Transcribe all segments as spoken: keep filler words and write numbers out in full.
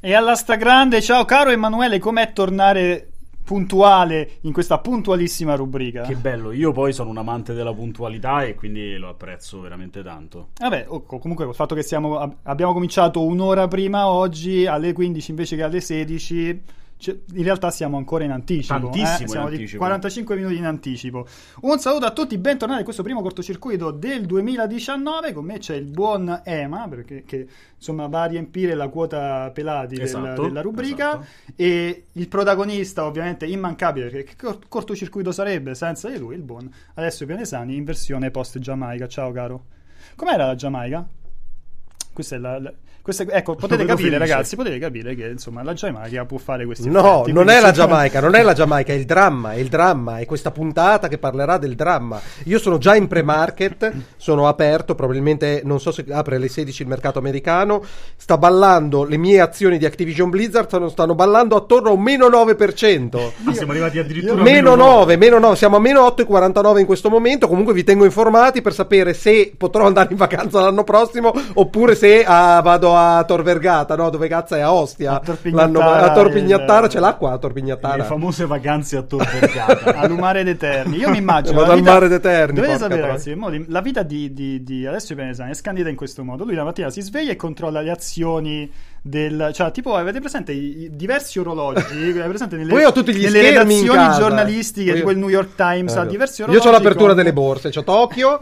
E alla stragrande, ciao caro Emanuele, com'è tornare puntuale in questa puntualissima rubrica? Che bello, io poi sono un amante della puntualità e quindi lo apprezzo veramente tanto. Vabbè, comunque il fatto che siamo, abbiamo cominciato un'ora prima oggi, alle quindici invece che alle sedici, in realtà siamo ancora in anticipo. Tantissimo eh? Siamo in anticipo. di quarantacinque minuti in anticipo. Un saluto a tutti, bentornati in questo primo cortocircuito del duemiladiciannove. Con me c'è il buon Ema, perché che, insomma va a riempire la quota pelati esatto, del, della rubrica, esatto. E il protagonista ovviamente immancabile, perché che cortocircuito sarebbe senza di lui, il buon Alessio Pianesani in versione post Giamaica. Ciao caro. Com'era la Giamaica? Questa è la, la questa, ecco, potete capire, felice. Ragazzi, potete capire che insomma la Giamaica può fare questi no, effetti. non è la Giamaica, non è la Giamaica, è il dramma, è il dramma, è questa puntata che parlerà del dramma. Io sono già in pre-market, sono aperto, probabilmente non so se apre alle sedici il mercato americano, sta ballando, le mie azioni di Activision Blizzard stanno, stanno ballando attorno a un meno nove per cento. Ah, siamo arrivati addirittura meno nove, meno nove, siamo a meno otto virgola quarantanove in questo momento. Comunque vi tengo informati per sapere se potrò andare in vacanza l'anno prossimo oppure se ah, vado a Tor Vergata. No, dove cazzo è a Ostia? A Torpignattara, a Torpignattara il... c'è l'acqua a Torpignattara. Le famose vacanze a Tor Vergata. Al mare d'Eterni. Io mi immagino vado al mare d'Eterni. Dovete sapere, ragazzi, la vita di, di, di Alessio Pianesani è scandita in questo modo. Lui la mattina si sveglia e controlla le azioni del, cioè tipo avete presente i, i diversi orologi avete presente nelle, poi ho tutti gli nelle redazioni giornalistiche poi tipo il New York Times eh, ha diversi orologi. Io ho l'apertura con... delle borse, c'ho Tokyo,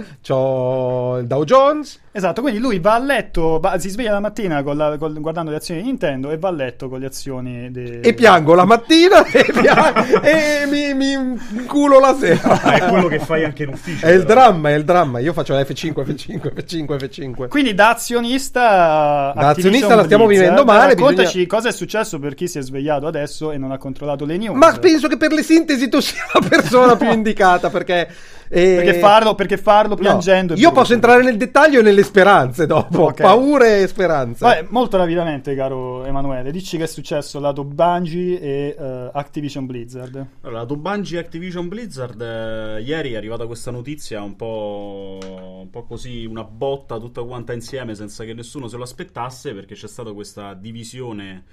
c'ho il Dow Jones. Esatto, quindi lui va a letto, va, si sveglia la mattina con la, con, guardando le azioni di Nintendo e va a letto con le azioni de... e piango la mattina e, piango, e mi, mi culo la sera. È quello che fai anche in ufficio. È il dramma, è il dramma. Io faccio F cinque, F cinque, F cinque, F cinque. Quindi da azionista da azionista la stiamo Blizzard, vivendo male. Raccontaci bisogna... cosa è successo per chi si è svegliato adesso e non ha controllato le news. Ma penso che per le sintesi tu sia la persona più indicata, perché eh... perché farlo, perché farlo piangendo. No, io posso entrare nel dettaglio e nelle speranze dopo. Okay. Paure e speranze. Vabbè, molto rapidamente, caro Emanuele, dici che è successo lato Bungie e uh, Activision Blizzard. Allora, lato Bungie e Activision Blizzard, eh, ieri è arrivata questa notizia un po', un po' così, una botta tutta quanta insieme senza che nessuno se lo aspettasse, perché c'è stata questa divisione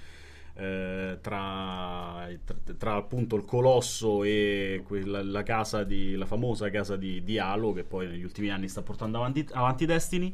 Eh, tra, tra, tra appunto il colosso e quella, la casa di la famosa casa di, di Halo, che poi negli ultimi anni sta portando avanti, avanti Destiny,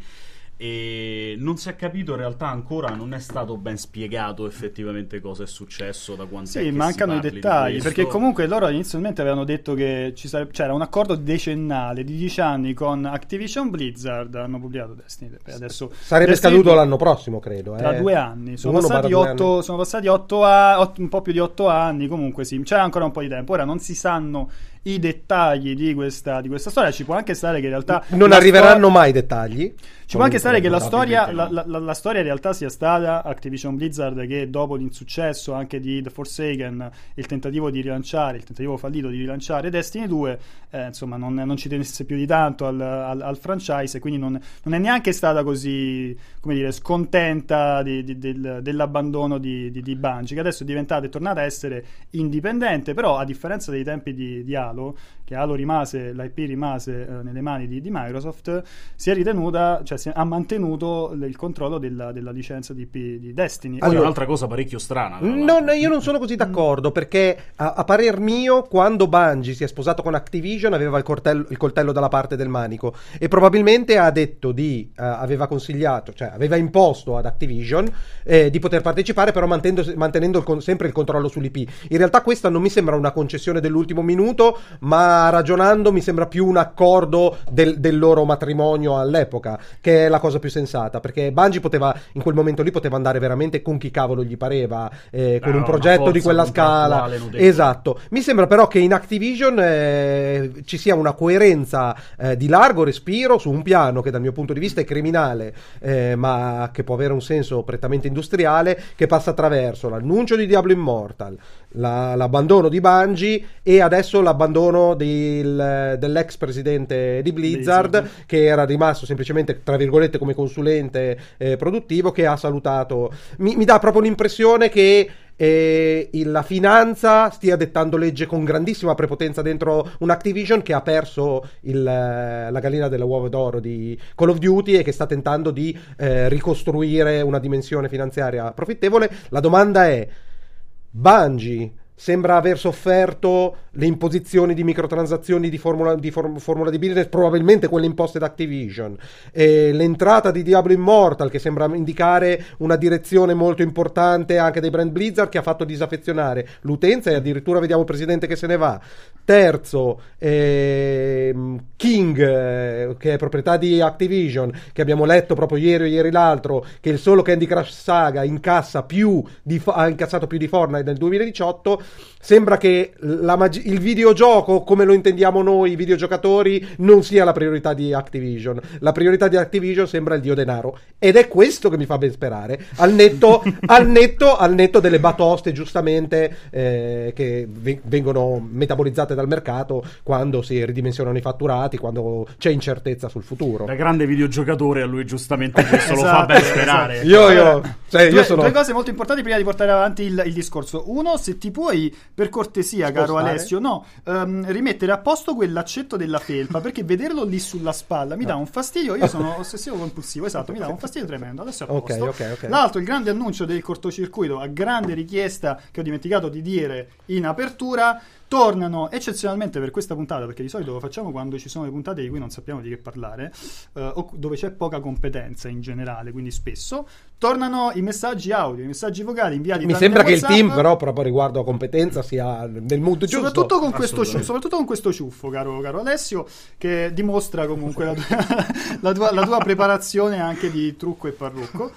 e non si è capito in realtà ancora, non è stato ben spiegato effettivamente cosa è successo, da quanto sì, è che mancano si i parli dettagli, perché comunque loro inizialmente avevano detto che ci sarebbe, c'era un accordo decennale di dieci anni con Activision Blizzard, hanno pubblicato Destiny adesso sarebbe Destiny scaduto l'anno prossimo, credo, eh. tra due anni sono Uno passati otto anni. sono passati otto a, otto, un po' più di otto anni, comunque sì, c'è ancora un po' di tempo. Ora non si sanno i dettagli di questa, di questa storia, ci può anche stare che in realtà non arriveranno sto- mai i dettagli. Ci può anche stare che la storia, la, la, la storia in realtà sia stata Activision Blizzard che dopo l'insuccesso anche di The Forsaken, il tentativo di rilanciare, il tentativo fallito di rilanciare Destiny due, eh, insomma non, non ci tenesse più di tanto al, al, al franchise, e quindi non, non è neanche stata così, come dire, scontenta di, di, del, dell'abbandono di, di, di Bungie, che adesso è diventata, è tornata a essere indipendente, però a differenza dei tempi di, di Halo, che Halo rimase, l'I P rimase eh, nelle mani di, di Microsoft, si è ritenuta, cioè si ha mantenuto il controllo della, della licenza di, P, di Destiny. Allora, un'altra cosa parecchio strana. Non, io non sono così d'accordo, perché a, a parer mio, quando Bungie si è sposato con Activision aveva il coltello, il coltello dalla parte del manico, e probabilmente ha detto di uh, aveva consigliato, cioè aveva imposto ad Activision eh, di poter partecipare, però mantenendo, mantenendo il con, sempre il controllo sull'I P. In realtà questa non mi sembra una concessione dell'ultimo minuto, ma ragionando mi sembra più un accordo del, del loro matrimonio all'epoca, che è la cosa più sensata, perché Bungie poteva, in quel momento lì poteva andare veramente con chi cavolo gli pareva, eh, con no, un progetto di quella scala. Esatto. Mi sembra però che in Activision eh, ci sia una coerenza eh, di largo respiro su un piano che dal mio punto di vista è criminale, eh, ma che può avere un senso prettamente industriale, che passa attraverso l'annuncio di Diablo Immortal, la, l'abbandono di Bungie e adesso l'abbandono del, dell'ex presidente di Blizzard, Blizzard, che era rimasto semplicemente tra virgolette come consulente eh, produttivo, che ha salutato. Mi, mi dà proprio l'impressione che e il- la finanza stia dettando legge con grandissima prepotenza dentro un Activision che ha perso il, eh, la gallina dell'uovo d'oro di Call of Duty e che sta tentando di eh, ricostruire una dimensione finanziaria profittevole. La domanda è: Bungie sembra aver sofferto le imposizioni di microtransazioni di formula di, form- formula di business, probabilmente quelle imposte da Activision, e l'entrata di Diablo Immortal che sembra indicare una direzione molto importante anche dei brand Blizzard, che ha fatto disaffezionare l'utenza e addirittura vediamo il presidente che se ne va. Terzo, ehm, King, eh, che è proprietà di Activision, che abbiamo letto proprio ieri o ieri l'altro che il solo Candy Crush Saga incassa più di, ha incassato più di Fortnite nel duemiladiciotto. Sembra che la mag- il videogioco, come lo intendiamo noi, i videogiocatori, non sia la priorità di Activision. La priorità di Activision sembra il dio denaro, ed è questo che mi fa ben sperare, al netto, al netto, al netto delle batoste, giustamente, eh, che v- vengono metabolizzate dal mercato quando si ridimensionano i fatturati, quando c'è incertezza sul futuro. Da grande videogiocatore a lui giustamente questo lo fa Esatto, ben sperare. esatto. Io, io, cioè, due, io sono... due cose molto importanti prima di portare avanti il, il discorso. Uno, se ti puoi, per cortesia, caro Spostare? Alessio, no, ehm, rimettere a posto quell'accetto della felpa, perché vederlo lì sulla spalla mi dà un fastidio. Io sono ossessivo compulsivo, esatto, mi dà un fastidio tremendo. Adesso è a Ok, posto. ok, ok. L'altro, il grande annuncio del cortocircuito, a grande richiesta che ho dimenticato di dire in apertura. Tornano eccezionalmente per questa puntata, perché di solito lo facciamo quando ci sono le puntate di cui non sappiamo di che parlare, eh, o dove c'è poca competenza in generale, quindi spesso tornano i messaggi audio, i messaggi vocali inviati Mi tramite sembra che il WhatsApp, team, però, proprio riguardo a competenza, sia nel mood giusto. soprattutto con, questo, Assolutamente. soprattutto con questo ciuffo, caro, caro Alessio, che dimostra comunque la tua, la tua, la tua preparazione anche di trucco e parrucco.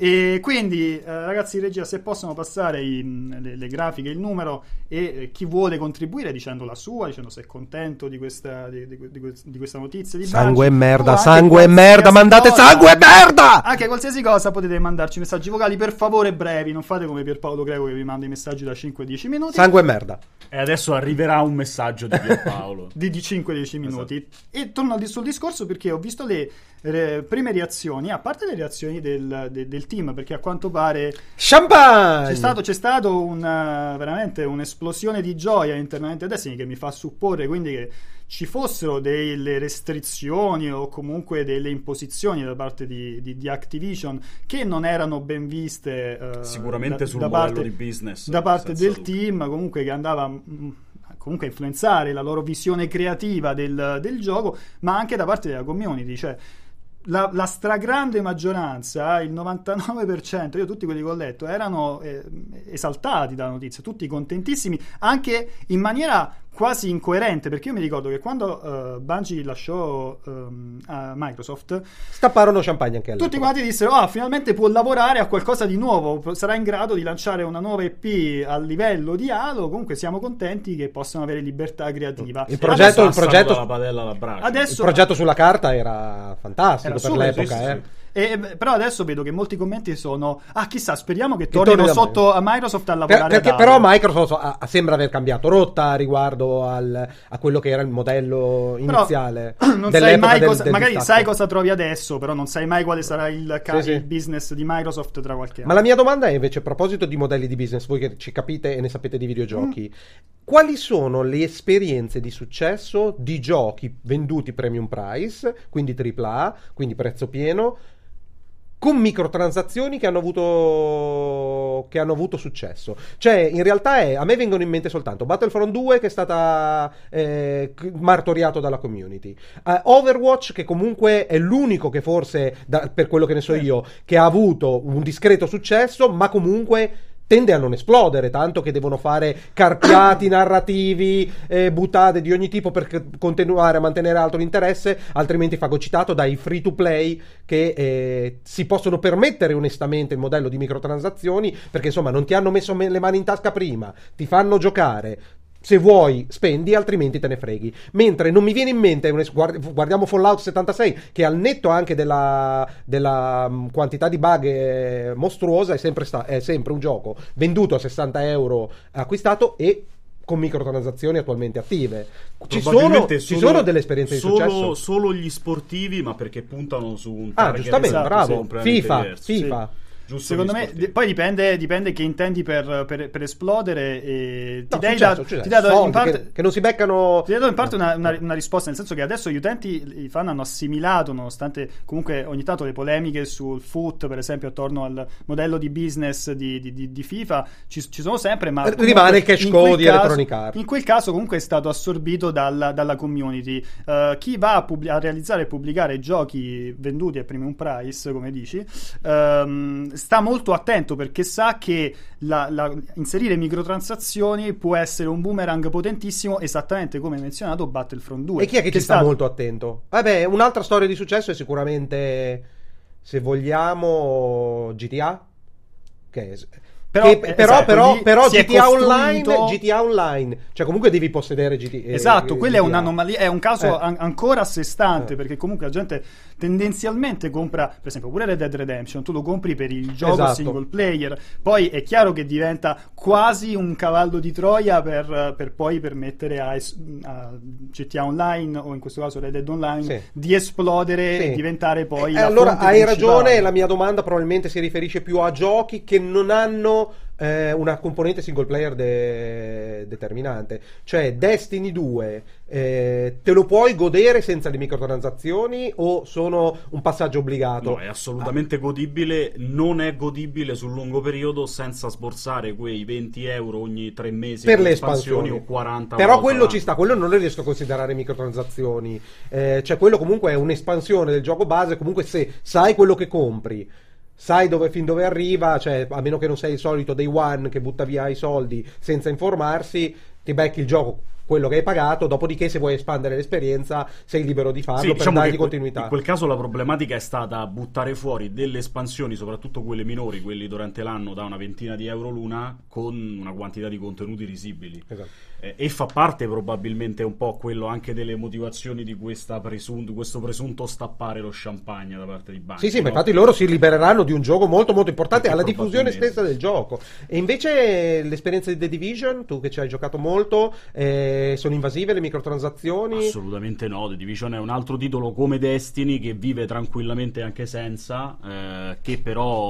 E quindi, eh, ragazzi di regia, se possono passare i, le, le grafiche, il numero, e eh, chi vuole contribuire dicendo la sua, dicendo se è contento di questa, di, di, di, di questa notizia di Sangue e Bungie, merda, o anche sangue e qualsiasi merda, mandate cosa- sangue e merda! Anche qualsiasi cosa potete mandarci messaggi vocali, per favore brevi, non fate come Pierpaolo Greco che vi manda i messaggi da cinque a dieci minuti. Sangue e merda. E adesso arriverà un messaggio di Pierpaolo. di, di cinque a dieci minuti. E torno al- sul discorso perché ho visto le eh, prime reazioni, a parte le reazioni del, de- del team, perché a quanto pare Champagne! c'è stato, c'è stato una, veramente un'esplosione di gioia internamente a Destiny, che mi fa supporre quindi che ci fossero delle restrizioni o comunque delle imposizioni da parte di, di, di Activision che non erano ben viste, eh, Sicuramente da, sul da modello parte, di business, da parte senza del dubbio. team, comunque, che andava mh, comunque a influenzare la loro visione creativa del, del gioco, ma anche da parte della community. Cioè la, la stragrande maggioranza, il novantanove per cento, io tutti quelli che ho letto erano eh, esaltati dalla notizia, tutti contentissimi, anche in maniera quasi incoerente, perché io mi ricordo che quando uh, Bungie lasciò um, a Microsoft, Stapparono champagne anche a loro. tutti quanti dissero: ah, finalmente può lavorare a qualcosa di nuovo, sarà in grado di lanciare una nuova E P a livello di Halo. Comunque siamo contenti che possano avere libertà creativa. Il progetto, il Passano progetto, dalla padella alla brace. Adesso- il progetto sulla carta era fantastico Era per super, l'epoca, sì, sì, eh. sì. E, però adesso vedo che molti commenti sono: ah, chissà, speriamo che torni tornino da sotto a Microsoft a Per- lavorare perché ad però Halo. Microsoft ha- sembra aver cambiato rotta riguardo al, a quello che era il modello Però iniziale non sai dell'epoca mai del- cosa, del magari distacco. sai cosa trovi adesso, però non sai mai quale sarà il, ca- Sì, sì. il business di Microsoft tra qualche anno. Ma la mia domanda è invece, a proposito di modelli di business, voi che ci capite e ne sapete di videogiochi, Mm. quali sono le esperienze di successo di giochi venduti premium price, quindi tripla A, quindi prezzo pieno, con microtransazioni che hanno avuto che hanno avuto successo? Cioè, in realtà è, a me vengono in mente soltanto Battlefront due, che è stata eh, martoriato dalla community, uh, Overwatch, che comunque è l'unico che forse, da- per quello che ne so io, che ha avuto un discreto successo, ma comunque tende a non esplodere, tanto che devono fare carpiati narrativi, eh, buttate di ogni tipo per c- continuare a mantenere alto l'interesse, altrimenti fagocitato dai free to play che eh, si possono permettere onestamente il modello di microtransazioni, perché insomma non ti hanno messo me- le mani in tasca prima, ti fanno giocare. Se vuoi spendi, altrimenti te ne freghi. Mentre non mi viene in mente, un es- guard- guardiamo Fallout settantasei, che al netto anche della, della mh, quantità di bug eh, mostruosa, è sempre, sta- è sempre un gioco venduto a sessanta euro acquistato e con microtransazioni attualmente attive. Ci sono, Probabilmente ci solo- sono delle esperienze di solo, successo? Solo gli sportivi, ma perché puntano su un Ah, target giustamente, esatto, bravo. completamente FIFA, diverso. FIFA. Giusto, secondo me d- poi dipende, dipende che intendi per, per, per esplodere e ti No, dai successo, da, successo. ti dai da- Soldi in parte, che, che non si beccano. ti do in parte no. una, una, una risposta, nel senso che adesso gli utenti, i fan hanno assimilato, nonostante comunque ogni tanto le polemiche sul foot, per esempio attorno al modello di business di, di, di, di FIFA ci, ci sono sempre, ma rimane il cash code di Electronic Arts. In quel caso comunque è stato assorbito dalla, dalla community. Uh, chi va a, pubblic- a realizzare e pubblicare giochi venduti a premium price, come dici, um, sta molto attento, perché sa che la, la, inserire microtransazioni può essere un boomerang potentissimo, esattamente come menzionato Battlefront due. E chi è che, che ci sta, sta molto attento? Vabbè, un'altra storia di successo è sicuramente, se vogliamo, G T A, che è... Però, che, eh, però, esatto, però, però G T A Online, G T A Online, cioè comunque devi possedere G T A. Esatto, eh, quella G T A. è un'anomalia, è un caso eh. an- ancora a sé stante, eh. perché comunque la gente tendenzialmente compra, per esempio, pure Red Dead Redemption, tu lo compri per il gioco esatto. single player, poi è chiaro che diventa quasi un cavallo di Troia per, per poi permettere a, a G T A Online, o in questo caso Red Dead Online, sì. di esplodere sì. e diventare poi eh, la allora fonte hai principale. ragione, la mia domanda probabilmente si riferisce più a giochi che non hanno eh, una componente single player de- determinante, cioè Destiny due eh, te lo puoi godere senza le microtransazioni o sono un passaggio obbligato? No, è assolutamente ah. godibile, non è godibile sul lungo periodo senza sborsare quei venti euro ogni tre mesi per le espansioni, espansioni o quaranta. Però quello l'anno. Ci sta, quello non le riesco a considerare microtransazioni, eh, cioè quello comunque è un'espansione del gioco base, comunque se sai quello che compri, sai dove, fin dove arriva, cioè a meno che non sei il solito day one che butta via i soldi senza informarsi, ti becchi il gioco quello che hai pagato, dopodiché se vuoi espandere l'esperienza sei libero di farlo, sì, per diciamo dargli che continuità. In quel caso la problematica è stata buttare fuori delle espansioni, soprattutto quelle minori, quelli durante l'anno da una ventina di euro l'una, con una quantità di contenuti risibili. Esatto. Eh, e fa parte probabilmente un po' quello anche delle motivazioni di questa presunto, questo presunto stappare lo champagne da parte di Bungie. Sì, sì, no? ma infatti loro si libereranno di un gioco molto molto importante Perché alla diffusione stessa del gioco. E invece l'esperienza di The Division, tu che ci hai giocato molto, eh, sono invasive le microtransazioni? Assolutamente no. The Division è un altro titolo come Destiny che vive tranquillamente anche senza, eh, che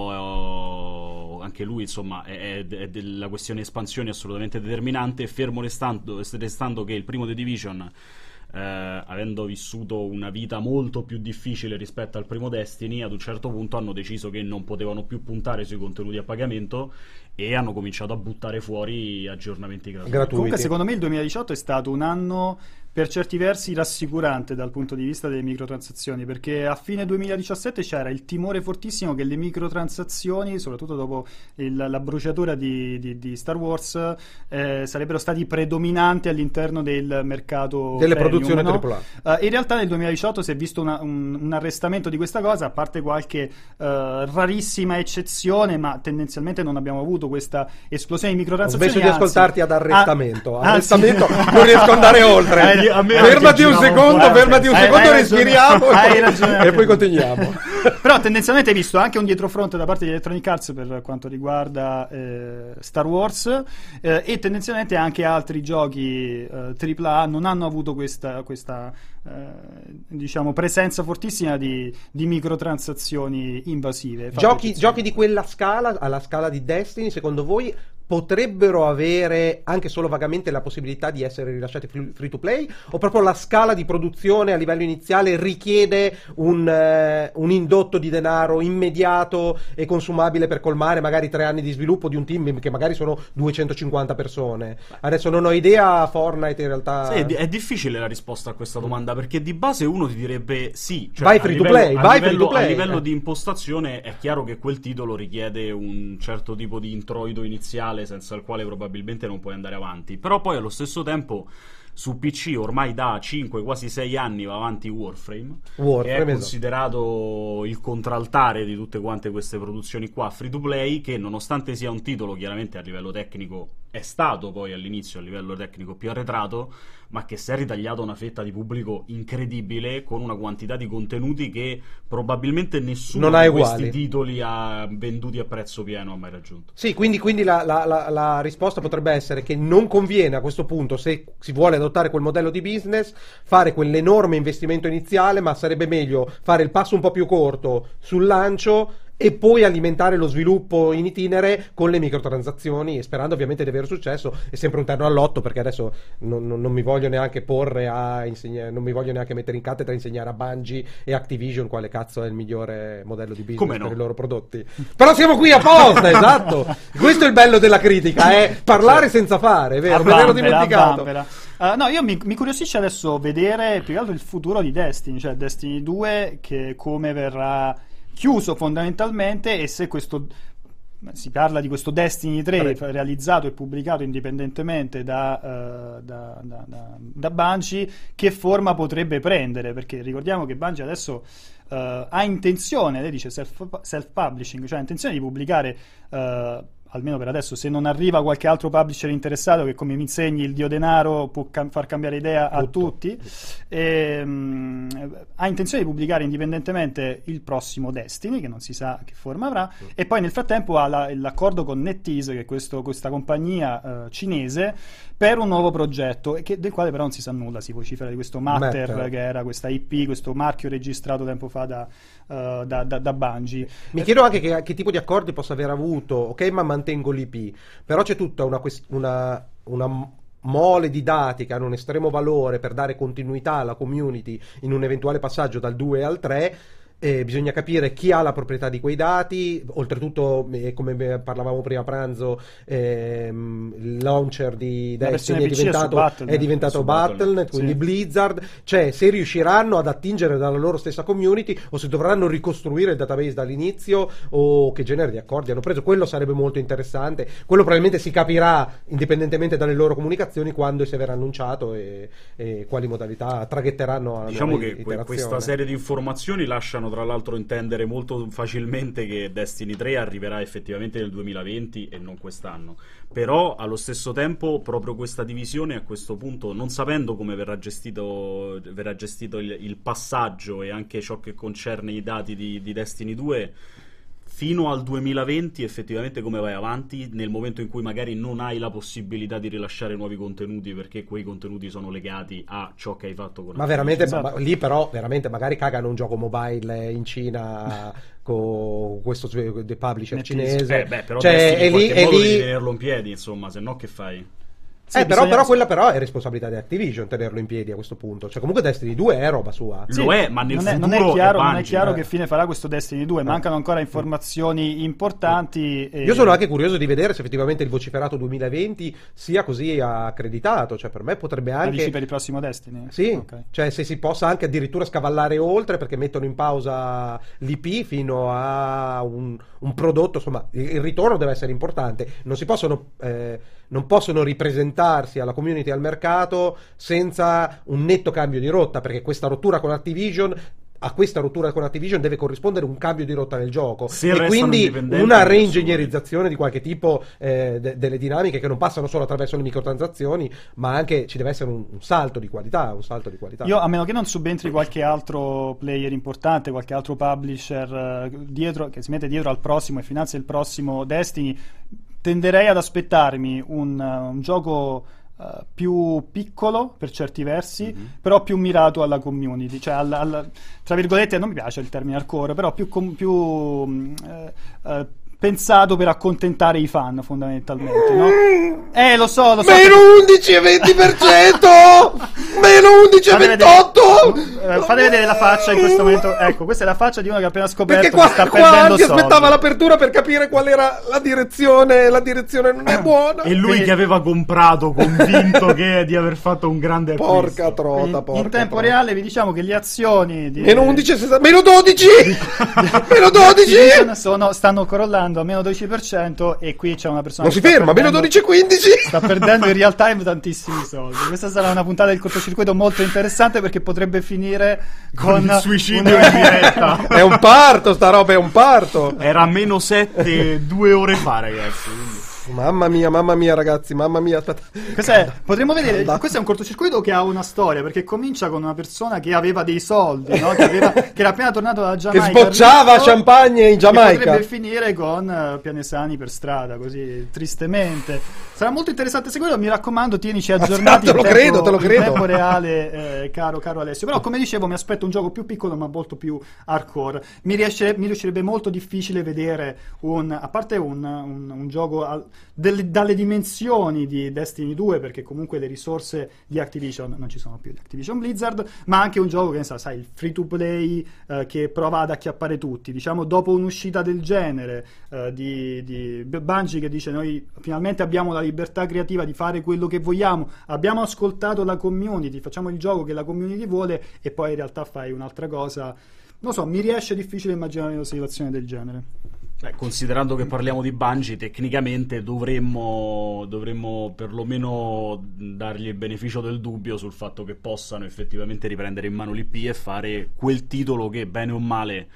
però eh, anche lui insomma è, è della questione espansioni assolutamente determinante, fermo restando, restando che il primo The Division, Eh, avendo vissuto una vita molto più difficile rispetto al primo Destiny, ad un certo punto hanno deciso che non potevano più puntare sui contenuti a pagamento e hanno cominciato a buttare fuori aggiornamenti gratuiti. gratuiti. Comunque secondo me il duemiladiciotto è stato un anno per certi versi rassicurante dal punto di vista delle microtransazioni, perché a fine duemiladiciassette c'era il timore fortissimo che le microtransazioni, soprattutto dopo il, la bruciatura di, di, di Star Wars, eh, sarebbero stati predominanti all'interno del mercato delle premium, produzioni no? tripla A. Uh, in realtà nel duemiladiciotto si è visto una, un, un arrestamento di questa cosa, a parte qualche uh, rarissima eccezione, ma tendenzialmente non abbiamo avuto questa esplosione di microtransazioni. Ho smesso di anzi, ascoltarti ad arrestamento. Ah, arrestamento anzi, non riesco ad andare oltre. A me fermati un secondo, un fermati un hai, secondo, hai respiriamo hai ragione, e poi continuiamo. Però tendenzialmente hai visto anche un dietrofront da parte di Electronic Arts per quanto riguarda eh, Star Wars, eh, e tendenzialmente anche altri giochi eh, tripla A non hanno avuto questa, questa eh, diciamo presenza fortissima di, di microtransazioni invasive. Giochi, giochi di quella scala, alla scala di Destiny, secondo voi potrebbero avere anche solo vagamente la possibilità di essere rilasciati free to play, o proprio la scala di produzione a livello iniziale richiede un, eh, un indotto di denaro immediato e consumabile per colmare magari tre anni di sviluppo di un team che magari sono duecentocinquanta persone? Adesso non ho idea, Fortnite in realtà... Sì, è, è difficile la risposta a questa domanda, perché di base uno ti direbbe sì, cioè vai free to play, a vai livello, free to play. A livello di impostazione è chiaro che quel titolo richiede un certo tipo di introito iniziale senza il quale probabilmente non puoi andare avanti, però poi allo stesso tempo su P C ormai da cinque, quasi sei anni va avanti Warframe, Warframe che è considerato il contraltare di tutte quante queste produzioni qua free to play, che nonostante sia un titolo chiaramente a livello tecnico è stato poi all'inizio a livello tecnico più arretrato, ma che si è ritagliato una fetta di pubblico incredibile con una quantità di contenuti che probabilmente nessuno non di uguali. questi titoli ha venduti a prezzo pieno ha mai raggiunto. Sì, quindi, quindi la, la, la, la risposta potrebbe essere che non conviene a questo punto, se si vuole adottare quel modello di business, fare quell'enorme investimento iniziale, ma sarebbe meglio fare il passo un po' più corto sul lancio e poi alimentare lo sviluppo in itinere con le microtransazioni, sperando ovviamente di avere successo. È sempre un terno all'otto, perché adesso non, non, non mi voglio neanche porre a insegnare, non mi voglio neanche mettere in cattedra a insegnare a Bungie e Activision quale cazzo è il migliore modello di business no? per i loro prodotti. Però siamo qui apposta, esatto. Questo è il bello della critica, è parlare senza fare, è vero? Me l'ero dimenticato. Uh, no, io mi, mi curiosisce adesso vedere più che altro il futuro di Destiny, cioè Destiny due, che come verrà chiuso fondamentalmente, e se questo si parla di questo Destiny tre Vabbè. realizzato e pubblicato indipendentemente da, uh, da, da, da, da Bungie, che forma potrebbe prendere, perché ricordiamo che Bungie adesso uh, ha intenzione, lei dice self, self-publishing, cioè ha intenzione di pubblicare uh, almeno per adesso, se non arriva qualche altro publisher interessato che, come mi insegni, il dio denaro può cam- far cambiare idea a Tutto. tutti, e, um, ha intenzione di pubblicare indipendentemente il prossimo Destiny, che non si sa che forma avrà, mm. e poi nel frattempo ha la, l'accordo con NetEase, che è questo, questa compagnia uh, cinese, per un nuovo progetto, e che, del quale però non si sa nulla. Si vocifera di questo Matter, Matter. che era questa I P, questo marchio registrato tempo fa da, uh, da, da, da Bungie. Mi e chiedo anche che, che tipo di accordi possa aver avuto. Ok, ma mantengo l'I P, però c'è tutta una, una, una mole di dati che hanno un estremo valore per dare continuità alla community in un eventuale passaggio dal due al tre. Eh, bisogna capire chi ha la proprietà di quei dati. Oltretutto, eh, come parlavamo prima a pranzo, ehm, il launcher di Destiny è diventato, Battle, è diventato Battle.net, Battle, quindi sì. Blizzard. Cioè, se riusciranno ad attingere dalla loro stessa community, o se dovranno ricostruire il database dall'inizio, o che genere di accordi hanno preso, quello sarebbe molto interessante. Quello probabilmente si capirà indipendentemente dalle loro comunicazioni quando si verrà annunciato e, e quali modalità traghetteranno. Diciamo che que- questa serie di informazioni lasciano tra l'altro intendere molto facilmente che Destiny tre arriverà effettivamente nel duemilaventi e non quest'anno. Però allo stesso tempo proprio questa divisione, a questo punto, non sapendo come verrà gestito verrà gestito il, il passaggio e anche ciò che concerne i dati di, di Destiny due, fino al duemilaventi effettivamente come vai avanti nel momento in cui magari non hai la possibilità di rilasciare nuovi contenuti, perché quei contenuti sono legati a ciò che hai fatto con ma veramente esatto. ma, lì però veramente magari cagano un gioco mobile in Cina con questo publisher cinese, eh, beh, però cioè è lì, è modo lì... devi tenerlo in piedi, insomma, se no che fai? Sì, eh, però, però quella però è responsabilità di Activision tenerlo in piedi a questo punto. Cioè, comunque Destiny due è roba sua. Sì, lo è, ma nel non, è, futuro non è chiaro, è non è chiaro eh. che fine farà questo Destiny due. Mancano ancora informazioni importanti. E... Io sono anche curioso di vedere se effettivamente il vociferato duemilaventi sia così accreditato. Cioè, per me potrebbe anche. La dici per il prossimo Destiny? Sì, okay. Cioè se si possa anche addirittura scavallare oltre, perché mettono in pausa l'I P fino a un, un prodotto. Insomma, il, il ritorno deve essere importante. Non si possono. Eh, non possono ripresentarsi alla community e al mercato senza un netto cambio di rotta, perché questa rottura con Activision a questa rottura con Activision deve corrispondere un cambio di rotta nel gioco, se e quindi una reingegnerizzazione di qualche tipo eh, de- delle dinamiche, che non passano solo attraverso le microtransazioni, ma anche ci deve essere un, un salto di qualità un salto di qualità. Io, a meno che non subentri qualche altro player importante, qualche altro publisher uh, dietro, che si mette dietro al prossimo e finanzia il prossimo Destiny, tenderei ad aspettarmi un, uh, un gioco uh, più piccolo per certi versi, mm-hmm. però più mirato alla community, cioè alla, alla, tra virgolette, non mi piace il termine hardcore, però più, com, più uh, uh, pensato per accontentare i fan, fondamentalmente, no? Eh, lo so, lo so. Meno che... undici e venti per cento! Meno undici e ventotto! Vedere, eh, fate vedere la faccia in questo momento. Ecco, questa è la faccia di uno che ha appena scoperto perché qua, che sta qua perdendo ti soldi. Aspettava l'apertura per capire qual era la direzione. La direzione non è buona. E lui Quindi... che aveva comprato, convinto che di aver fatto un grande acquisto. Porca trota, porca in tempo trota. reale vi diciamo che le azioni di... Meno undici, meno dodici! Meno dodici! Sono, stanno crollando a meno dodici per cento, e qui c'è una persona non si ferma, meno dodici quindici! Sta perdendo in real time tantissimi soldi. Questa sarà una puntata del cortocircuito molto interessante, perché potrebbe finire con, con il suicidio in diretta. È un parto sta roba, è un parto. Era meno sette due ore fa, ragazzi. Quindi. Mamma mia, mamma mia, ragazzi, mamma mia. Aspetta. Cos'è? Potremmo vedere, questo è un cortocircuito che ha una storia, perché comincia con una persona che aveva dei soldi, no? che, aveva, che era appena tornato dalla Giamaica, che sbocciava ricco, champagne in Giamaica, e potrebbe finire con uh, Pianesani per strada, così tristemente. Sarà molto interessante seguirlo, mi raccomando, tienici aggiornati. Te lo in credo, tempo, te lo credo. in tempo reale, eh, caro, caro Alessio. Però, come dicevo, mi aspetto un gioco più piccolo ma molto più hardcore. Mi, riesce, mi riuscirebbe molto difficile vedere un, a parte un, un, un gioco al, del, dalle dimensioni di Destiny due, perché comunque le risorse di Activision non ci sono più, di Activision Blizzard, ma anche un gioco che ne sa, sai, il free to play eh, che prova ad acchiappare tutti, diciamo, dopo un'uscita del genere eh, di, di Bungie, che dice noi finalmente abbiamo la libertà creativa di fare quello che vogliamo, abbiamo ascoltato la community, facciamo il gioco che la community vuole, e poi in realtà fai un'altra cosa. Non so, mi riesce difficile immaginare una situazione del genere. Beh, considerando che parliamo di Bungie, tecnicamente dovremmo, dovremmo perlomeno dargli il beneficio del dubbio sul fatto che possano effettivamente riprendere in mano l'I P e fare quel titolo che, bene o male,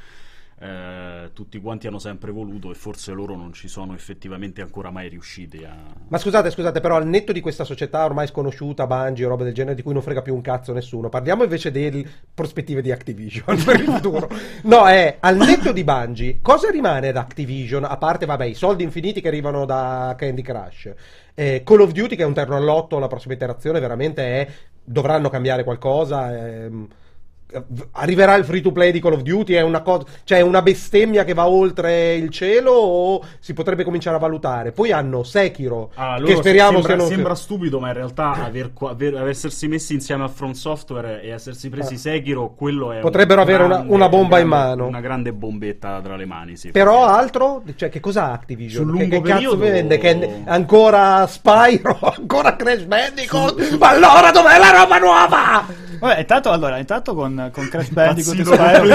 eh, tutti quanti hanno sempre voluto, e forse loro non ci sono effettivamente ancora mai riusciti a... Ma scusate, scusate, però al netto di questa società ormai sconosciuta, Bungie o roba del genere, di cui non frega più un cazzo nessuno, parliamo invece delle prospettive di Activision per il futuro. No, è al netto di Bungie, cosa rimane da Activision, a parte, vabbè, i soldi infiniti che arrivano da Candy Crush, eh, Call of Duty, che è un terno all'otto, la prossima iterazione veramente è, dovranno cambiare qualcosa, ehm, arriverà il free to play di Call of Duty, è una cosa, cioè una bestemmia che va oltre il cielo, o si potrebbe cominciare a valutare? Poi hanno Sekiro, ah, che speriamo sembra, siano... sembra stupido, ma in realtà aver, aver, essersi messi insieme a From Software e essersi presi ah. Sekiro, quello è potrebbero un avere grande, una, una bomba grande, in mano, una grande bombetta tra le mani, sì. Però altro, cioè, che cosa Activision? Sul che, lungo che cazzo periodo... vende? Che ancora Spyro, ancora Crash Bandicoot? Ma allora dov'è la roba nuova? Vabbè, intanto, allora, intanto con, con Crash Bandicoot e Spyro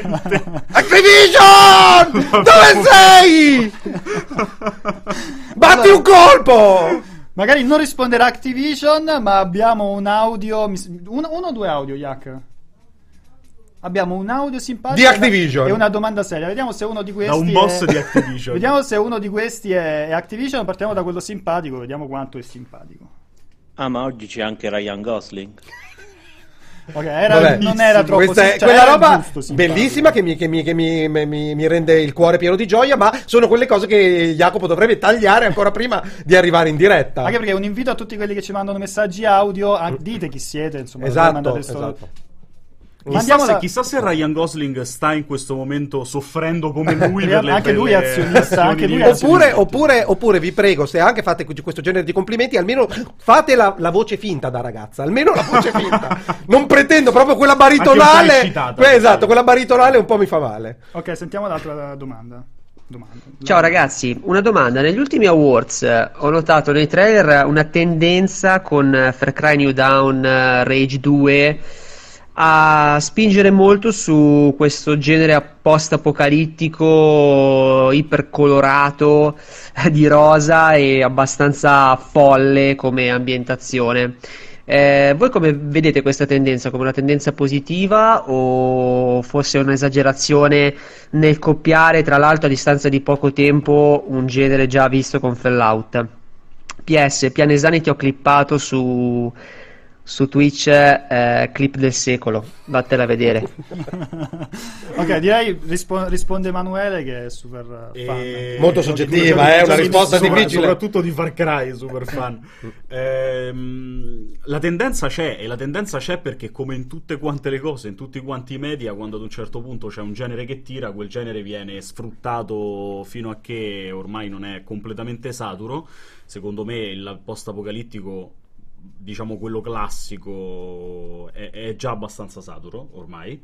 Activision! Dove sei? Batti allora, un colpo! Magari non risponderà Activision, ma abbiamo un audio, uno, uno o due audio, Yak? Abbiamo un audio simpatico di Activision e una domanda seria. Vediamo se uno di questi da un boss è... di Activision. Vediamo se uno di questi è, è Activision. Partiamo da quello simpatico, vediamo quanto è simpatico. Ah, ma oggi c'è anche Ryan Gosling. Ok, era, non era troppo questa è, cioè, quella era roba giusto, bellissima che, mi, che, mi, che mi, mi, mi rende il cuore pieno di gioia, ma sono quelle cose che Jacopo dovrebbe tagliare ancora prima di arrivare in diretta. Anche perché è un invito a tutti quelli che ci mandano messaggi audio, a, dite chi siete, insomma, esatto, esatto. Chissà se, chissà se Ryan Gosling sta in questo momento soffrendo come lui per le anche lui è azionista, anche lui è oppure, oppure, oppure vi prego, se anche fate questo genere di complimenti, almeno fate la, la voce finta da ragazza, almeno la voce finta. Non pretendo proprio quella baritonale, que- esatto, quella baritonale un po' mi fa male. Ok, sentiamo l'altra domanda. Domanda. Ciao ragazzi, una domanda. Negli ultimi awards eh, ho notato nei trailer una tendenza con eh, Far Cry New Dawn, eh, Rage due a spingere molto su questo genere post-apocalittico ipercolorato di rosa e abbastanza folle come ambientazione. Eh, voi come vedete questa tendenza? Come una tendenza positiva o forse un'esagerazione nel copiare, tra l'altro a distanza di poco tempo, un genere già visto con Fallout? P S, Pianesani ti ho clippato su... su Twitch, eh, clip del secolo, vattela a vedere. Ok, direi rispo- risponde Emanuele che è super e... fan. Molto soggettiva, è eh, una risposta sopra, difficile. Soprattutto di Far Cry, super fan. ehm, la tendenza c'è, e la tendenza c'è perché, come in tutte quante le cose, in tutti quanti i media, quando ad un certo punto c'è un genere che tira, quel genere viene sfruttato fino a che ormai non è completamente saturo. Secondo me il post-apocalittico, diciamo quello classico, è, è già abbastanza saturo ormai.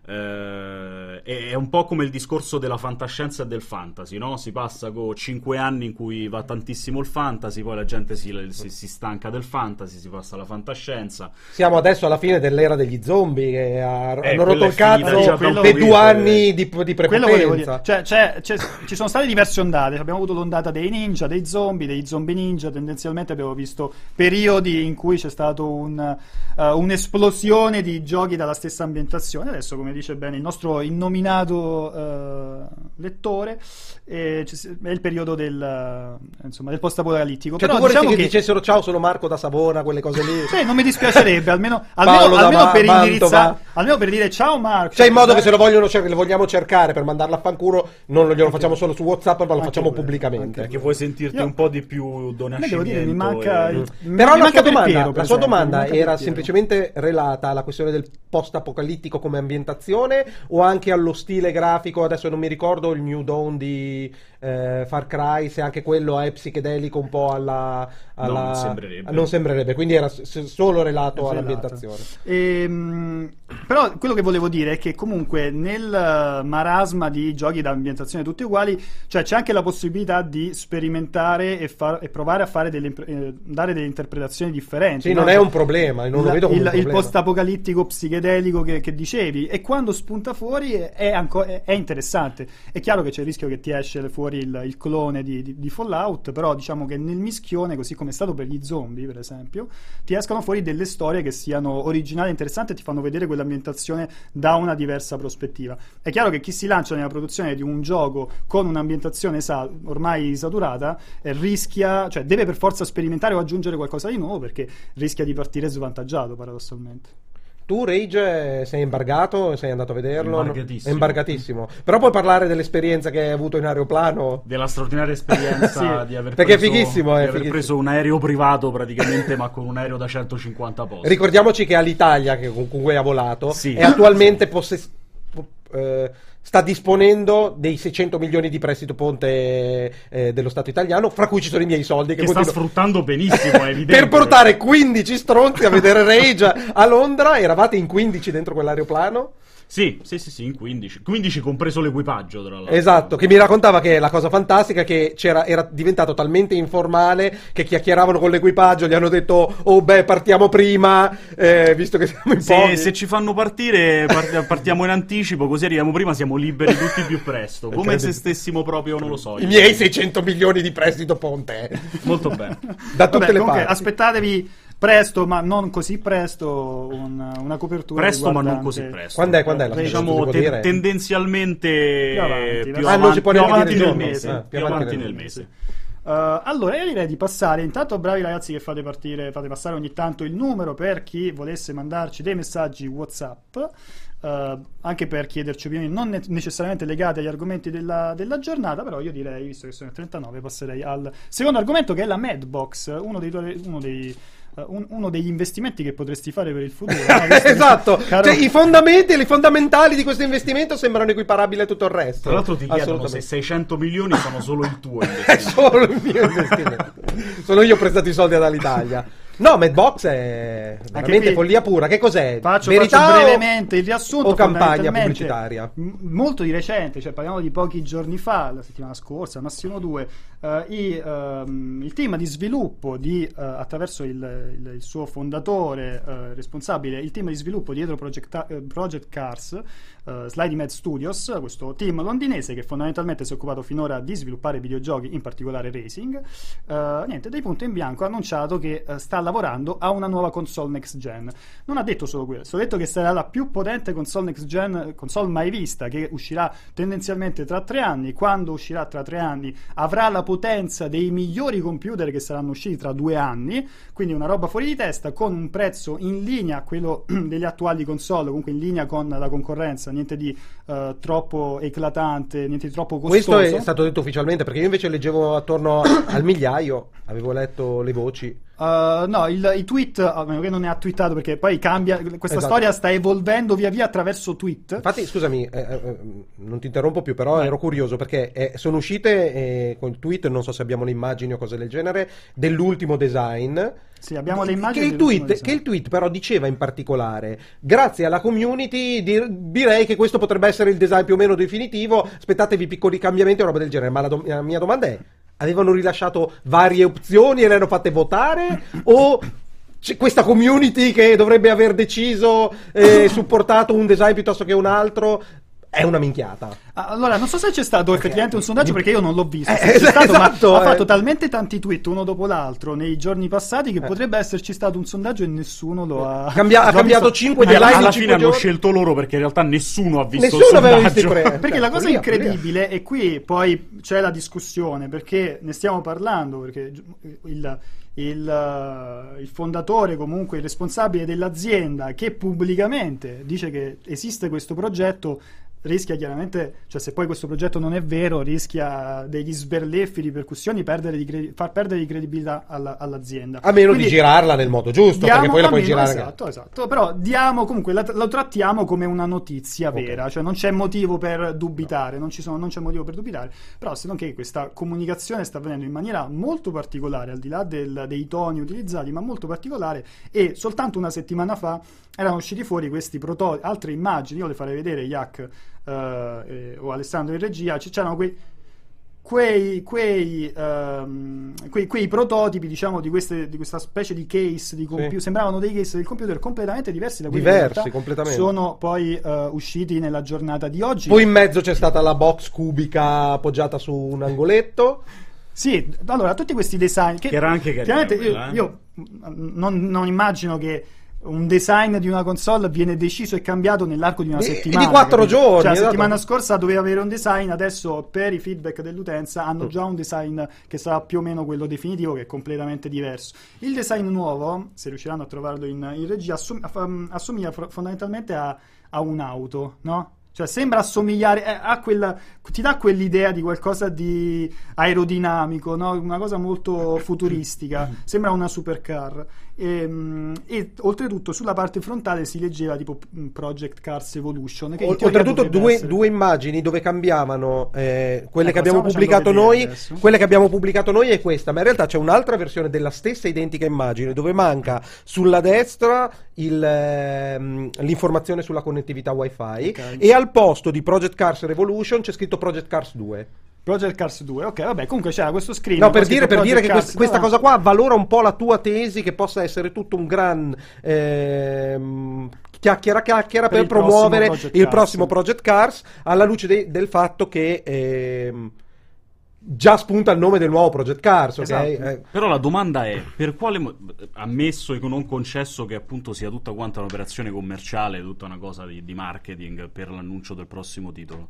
Eh, è un po' come il discorso della fantascienza e del fantasy, no? Si passa con cinque anni in cui va tantissimo il fantasy, poi la gente si, si, si stanca del fantasy, si passa alla fantascienza. Siamo adesso alla fine dell'era degli zombie che ha, eh, hanno rotto il cazzo per due anni di, di prepotenza. Cioè, c'è, c'è, ci sono state diverse ondate. Abbiamo avuto l'ondata dei ninja, dei zombie, dei zombie ninja. Tendenzialmente abbiamo visto periodi in cui c'è stato un, uh, un'esplosione di giochi dalla stessa ambientazione. Adesso, come dice bene il nostro innominato uh, lettore, e è il periodo del, uh, insomma, del post-apocalittico. Cioè, però tu vorresti diciamo che, che dicessero ciao, sono Marco da Savona, quelle cose lì? sì, non mi dispiacerebbe, almeno, almeno, da almeno Ma- per Mantova. indirizzare, almeno per dire ciao Marco. Cioè, in modo che se lo, vogliono cer- lo vogliamo cercare per mandarla a fanculo, non lo glielo facciamo solo su WhatsApp, ma lo Anche facciamo quello, pubblicamente. Perché vuoi sentirti Io- un po' di più A me Donascimento. devo dire, mi manca e- il- mi- Però mi la manca sua domanda, Piero, per la sua esempio, domanda mi manca era Piero. semplicemente relata alla questione del post-apocalittico come ambientazione o anche allo stile grafico? Adesso non mi ricordo il New Dawn di eh, Far Cry, se anche quello è psichedelico un po' alla... alla- No, non sembrerebbe. non sembrerebbe, quindi era s- solo relato È all'ambientazione. Ehm, però quello che volevo dire è che comunque nel eh, marasma di giochi d'ambientazione tutti uguali, cioè c'è anche la possibilità di sperimentare e, far- e provare a fare delle, impre- eh, dare delle interpretazioni differenti. Sì, no? non è un problema, non lo La- vedo come il, un il problema. post-apocalittico psichedelico che, che dicevi, e quando spunta fuori è, anco- è- è interessante. È chiaro che c'è il rischio che ti esce fuori il, il clone di, di- di Fallout, però diciamo che nel mischione, così come è stato per gli zombie per esempio, ti escono fuori delle storie che siano originali e interessanti e ti fanno vedere quell'ambientazione da una diversa prospettiva. È chiaro che chi si lancia nella produzione di un gioco con un'ambientazione sa- ormai saturata eh, rischia, cioè deve per forza sperimentare o aggiungere qualcosa di nuovo, perché rischia di partire svantaggiato paradossalmente. Tu, Rage, sei imbargato? Sei andato a vederlo? Imbargatissimo. È imbargatissimo. Però puoi parlare dell'esperienza che hai avuto in aeroplano? Della straordinaria esperienza Sì, di aver, perché è preso, fighissimo, è di aver fighissimo. preso un aereo privato praticamente, ma con un aereo da centocinquanta posti. Ricordiamoci che all'Italia, che con cui ha volato, Sì. è attualmente possess- eh, sta disponendo dei seicento milioni di prestito ponte eh, dello Stato italiano, fra cui ci sono i miei soldi che, che sta continuo- sfruttando benissimo, è evidente. per portare quindici stronzi a vedere Rage a Londra. Eravate in quindici dentro quell'aeroplano? Sì, sì, sì, sì, in quindici. quindici compreso l'equipaggio, tra l'altro. Esatto, che mi raccontava che la cosa fantastica è che c'era, era diventato talmente informale che chiacchieravano con l'equipaggio, gli hanno detto oh beh partiamo prima, eh, visto che siamo in Se, pochi. se ci fanno partire, part- partiamo in anticipo, così arriviamo prima, siamo liberi tutti più presto. Come Credo- se stessimo proprio, non lo so. I miei seicento milioni di prestito ponte Molto bene. da tutte Vabbè, le comunque, parti. aspettatevi presto, ma non così presto, un- una copertura Presto, ma non riguardante- così presto. Quando è, quando è la Diciamo si può te- dire? tendenzialmente Più avanti, più ah, non si può più neanche avanti dire nel il giorno. mese. Ah, più avanti nel mese. Uh, allora io direi di passare, intanto bravi ragazzi che fate partire, fate passare ogni tanto il numero per chi volesse mandarci dei messaggi WhatsApp, uh, anche per chiederci opinioni non ne- necessariamente legate agli argomenti della, della giornata, però io direi, visto che sono il trentanove, passerei al secondo argomento, che è la Madbox, uno dei, tuoi- uno dei uh, un- uno degli investimenti che potresti fare per il futuro, no? Visto- Esatto, caro- cioè, i fondamenti e i fondamentali di questo investimento sembrano equiparabili a tutto il resto. Tra l'altro ti chiedono se Assolutamente. seicento milioni sono solo il tuo È investimento. solo il mio investimento. Sono io ho prestato i soldi ad Alitalia. No, Madbox è veramente qui- follia pura. Che cos'è? Faccio, Verità faccio o- brevemente il riassunto. o campagna fondamentalmente, pubblicitaria? m- molto di recente, cioè parliamo di pochi giorni fa, la settimana scorsa, massimo due, eh, i, ehm, il team di sviluppo di, eh, attraverso il, il- il suo fondatore eh, responsabile, il team di sviluppo dietro Project, eh, Project Cars, eh, Slidy Mad Studios, questo team londinese che fondamentalmente si è occupato finora di sviluppare videogiochi, in particolare racing, eh, niente, dei punti in bianco ha annunciato che eh, sta lavorando a una nuova console next gen. Non ha detto solo questo, ha detto che sarà la più potente console next gen, console mai vista, che uscirà tendenzialmente tra tre anni. Quando uscirà tra tre anni avrà la potenza dei migliori computer che saranno usciti tra due anni, quindi una roba fuori di testa, con un prezzo in linea a quello degli attuali console, comunque in linea con la concorrenza, niente di eh, troppo eclatante, niente di troppo costoso. Questo è stato detto ufficialmente, perché io invece leggevo attorno al migliaio, avevo letto le voci. Uh, no, il, i tweet, a meno che non ne ha twittato, perché poi cambia, questa Esatto. storia sta evolvendo via via attraverso tweet. Infatti, scusami, eh, eh, non ti interrompo più, però ero curioso perché eh, sono uscite eh, con il tweet, non so se abbiamo le immagini o cose del genere, dell'ultimo design. Sì, abbiamo le Che immagini. il, dell'ultimo tweet, design. che il tweet però diceva in particolare: grazie alla community dir- direi che questo potrebbe essere il design più o meno definitivo, aspettatevi piccoli cambiamenti o roba del genere. Ma la, do- la mia domanda è: avevano rilasciato varie opzioni e le hanno fatte votare, o c'è questa community che dovrebbe aver deciso e supportato un design piuttosto che un altro? è una minchiata. Allora, non so se c'è stato effettivamente un sondaggio, perché io non l'ho visto. Eh, Se c'è stato, esatto, ma ha eh. fatto talmente tanti tweet uno dopo l'altro nei giorni passati che potrebbe esserci stato un sondaggio e nessuno lo ha. Cambia- ha l'ho cambiato visto- cinque Alla, deadline alla in fine cinque hanno giorni. scelto loro, perché in realtà nessuno ha visto Nessuno il aveva sondaggio. visto i pre- Perché la cosa follia, incredibile, e qui poi c'è la discussione, perché ne stiamo parlando, perché il, il, il fondatore, comunque il responsabile dell'azienda, che pubblicamente dice che esiste questo progetto, rischia chiaramente, cioè se poi questo progetto non è vero, rischia degli sberleffi, ripercussioni, perdere di credi- far perdere di credibilità alla- all'azienda. A meno Quindi di girarla nel modo giusto, diamo- perché poi la puoi almeno, girare. esatto, esatto. Però diamo comunque la, lo trattiamo come una notizia Ok. vera, cioè non c'è motivo per dubitare, non, ci sono, non c'è motivo per dubitare, però se non che questa comunicazione sta avvenendo in maniera molto particolare, al di là del- dei toni utilizzati, ma molto particolare, e soltanto una settimana fa erano usciti fuori questi prototipi, altre immagini, io le farei vedere, Jack eh, eh, o Alessandro in regia, c- c'erano quei Quei, quei, ehm, quei, quei prototipi, diciamo, di, queste, di questa specie di case di computer, Sì. sembravano dei case del computer completamente diversi da quelli che in Diversi, realtà completamente. sono poi eh, usciti nella giornata di oggi. Poi in mezzo c'è stata la box cubica appoggiata su un angoletto. Sì, allora, tutti questi design che, Che era anche carina chiaramente io, quella, eh. io non, non immagino che un design di una console viene deciso e cambiato nell'arco di una Di- settimana. di quattro capito? giorni, Cioè, la esatto. settimana scorsa doveva avere un design, adesso per i feedback dell'utenza hanno già un design che sarà più o meno quello definitivo, che è completamente diverso. Il design nuovo, se riusciranno a trovarlo in, in regia, assom- aff- assomiglia fr- fondamentalmente a, a un'auto, no? Cioè sembra assomigliare eh, a quella, ti dà quell'idea di qualcosa di aerodinamico, no? Una cosa molto futuristica, sembra una supercar. E, mm, e oltretutto sulla parte frontale si leggeva tipo mm, Project Cars Evolution, che in O- teoria Oltretutto dovrebbe due, essere- due immagini dove cambiavano eh, quelle Ecco, che abbiamo stiamo facendo pubblicato vedere noi. adesso. Quelle che abbiamo pubblicato noi è questa, ma in realtà c'è un'altra versione della stessa identica immagine dove manca sulla destra il, ehm, l'informazione sulla connettività wifi Ok. e al posto di Project Cars Revolution c'è scritto Project Cars due. Project Cars due, ok, vabbè, comunque c'era questo screen. No, per con dire, scritto per dire che Project quest- Cars questa davanti. cosa qua valora un po' la tua tesi che possa essere tutto un gran ehm, chiacchiera chiacchiera Per per, il prossimo promuovere Project il Cars. prossimo Project Cars, alla luce de- del fatto che ehm, già spunta il nome del nuovo Project Cars, ok? Esatto. Eh, Però la domanda è, per quale mo- ammesso e non concesso che appunto sia tutta quanta un'operazione commerciale, tutta una cosa di, di marketing per l'annuncio del prossimo titolo,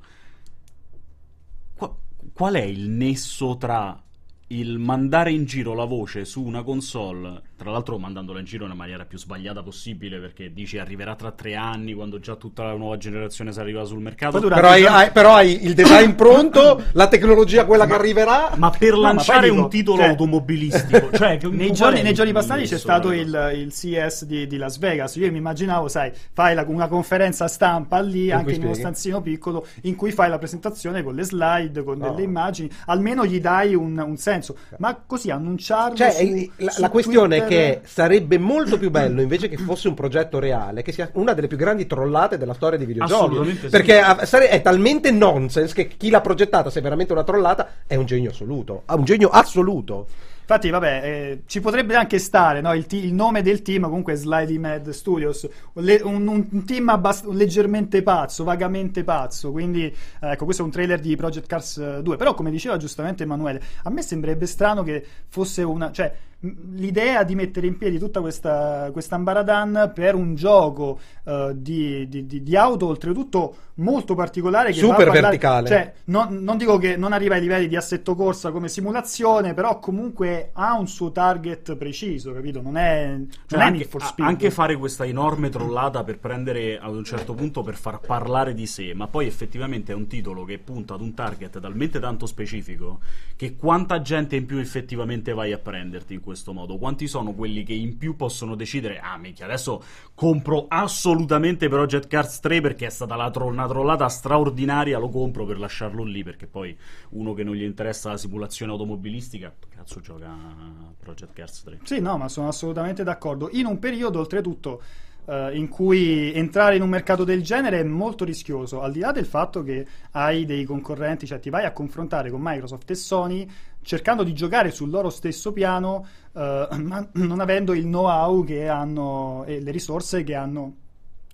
qua- qual è il nesso tra il mandare in giro la voce su una console, tra l'altro mandandola in giro nella maniera più sbagliata possibile, perché dici arriverà tra tre anni quando già tutta la nuova generazione sarà arrivata sul mercato, Poi durante però, hai, i giorni- hai- però hai il design pronto, la tecnologia quella che arriverà. ma per No, ma lanciare poi dico, un titolo cioè, automobilistico, cioè, che- nei qual giorni, è nei giorni il passati c'è nesso stato tra- il, il C E S di, di Las Vegas. Io mi immaginavo, sai, fai la- una conferenza stampa lì, In anche cui in uno spieghi. stanzino piccolo, in cui fai la presentazione con le slide, con No. delle immagini, almeno gli dai un, un senso. Ma così annunciarlo Cioè, su- eh, la, su la questione Twitter- è che sarebbe molto più bello invece che fosse un progetto reale, che sia una delle più grandi trollate della storia dei videogiochi. Assolutamente sì. Perché ah, sare- è talmente nonsense che chi l'ha progettata, se è veramente una trollata, è un genio assoluto. Ha un genio assoluto. Infatti, vabbè, eh, ci potrebbe anche stare, no? il, ti- il nome del team comunque è Slidey Mad Studios, le- un, un- un team abbast- leggermente pazzo, vagamente pazzo, quindi eh, ecco, questo è un trailer di Project Cars eh, due, però come diceva giustamente Emanuele, a me sembrerebbe strano che fosse una, cioè m- l'idea di mettere in piedi tutta questa questa ambaradan per un gioco eh, di, di- di- di auto, oltretutto molto particolare, che va a Super parlare- verticale. cioè non, non dico che non arriva ai livelli di Assetto Corsa come simulazione, però comunque ha un suo target preciso, capito? Non è, non Cioè, è anche, Need for a- Speed. anche fare questa enorme trollata per prendere ad un certo punto per far parlare di sé, ma poi effettivamente è un titolo che punta ad un target talmente tanto specifico che quanta gente in più effettivamente vai a prenderti in questo modo? Quanti sono quelli che in più possono decidere, ah minchia, adesso compro assolutamente Project Cars tre perché è stata la tro- una trollata straordinaria, lo compro per lasciarlo lì, perché poi uno che non gli interessa la simulazione automobilistica, cazzo gioca a Project Cars tre. Sì, no, ma sono assolutamente d'accordo. In un periodo, oltretutto, eh, in cui entrare in un mercato del genere è molto rischioso, al di là del fatto che hai dei concorrenti, cioè ti vai a confrontare con Microsoft e Sony cercando di giocare sul loro stesso piano, eh, ma non avendo il know-how che hanno e le risorse che hanno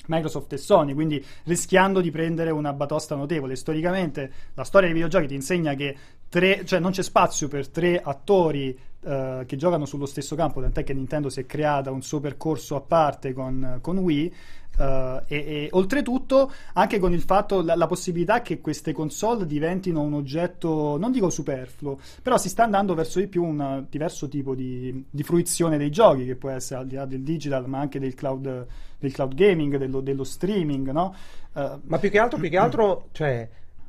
Microsoft e Sony, quindi rischiando di prendere una batosta notevole. Storicamente la storia dei videogiochi ti insegna che tre, cioè non c'è spazio per tre attori uh, che giocano sullo stesso campo, tant'è che Nintendo si è creata un suo percorso a parte con, con Wii. Uh, e, e oltretutto anche con il fatto la, la possibilità che queste console diventino un oggetto, non dico superfluo, però si sta andando verso di più un diverso tipo di, di fruizione dei giochi, che può essere al di là del digital ma anche del cloud, del cloud gaming, dello, dello streaming, no? Uh, ma più che altro più che altro cioè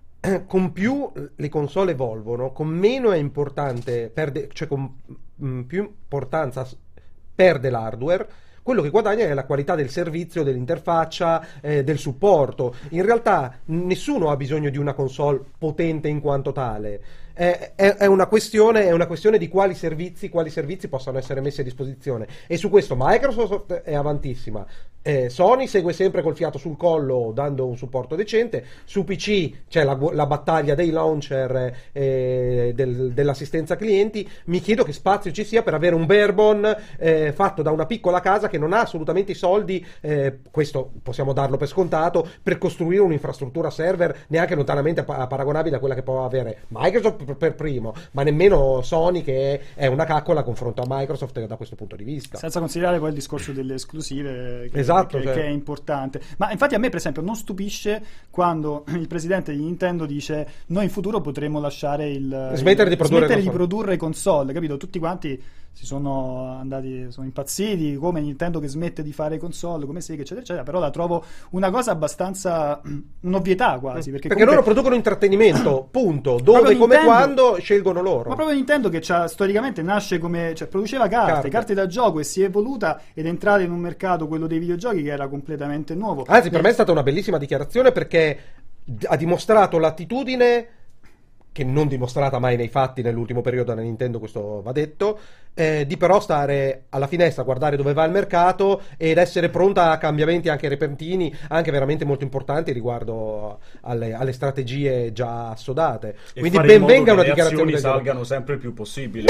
con più le console evolvono, con meno è importante perde, cioè con mh, più importanza perde l'hardware. Quello che guadagna è la qualità del servizio, dell'interfaccia, eh, del supporto. In realtà nessuno ha bisogno di una console potente in quanto tale. È, è, è, una questione, è una questione di quali servizi, quali servizi possano essere messi a disposizione. E su questo Microsoft è avantissima. Eh, Sony segue sempre col fiato sul collo, dando un supporto decente. Su P C c'è la, la battaglia dei launcher, eh, del, dell'assistenza clienti. Mi chiedo che spazio ci sia per avere un barebone eh, fatto da una piccola casa che non ha assolutamente i soldi, eh, questo possiamo darlo per scontato, per costruire un'infrastruttura server neanche lontanamente pa- paragonabile a quella che può avere Microsoft per, per primo, ma nemmeno Sony, che è una caccola a confronto a Microsoft da questo punto di vista. Senza considerare poi il discorso delle esclusive, che, esatto, che, cioè. che è importante. Ma infatti a me per esempio non stupisce quando il presidente di Nintendo dice noi in futuro potremo lasciare il smettere di produrre, smettere di produrre console, capito? Tutti quanti si sono andati, sono impazziti, come Nintendo che smette di fare console, come Sega, eccetera, eccetera. Però la trovo una cosa abbastanza un'ovvietà quasi, perché, perché comunque, loro producono intrattenimento, punto, dove, come, Nintendo, quando scelgono loro. Ma proprio Nintendo che c'ha, storicamente nasce come, cioè produceva carte, carte, carte da gioco, e si è evoluta ed è entrata in un mercato, quello dei videogiochi, che era completamente nuovo. Anzi, per me è stata una bellissima dichiarazione, perché ha dimostrato l'attitudine, che non dimostrata mai nei fatti nell'ultimo periodo da Nintendo, questo va detto, eh, di però stare alla finestra, guardare dove va il mercato ed essere pronta a cambiamenti anche repentini, anche veramente molto importanti riguardo alle, alle strategie già assodate. E quindi ben venga una che le dichiarazione azioni del salgano sempre il più possibile.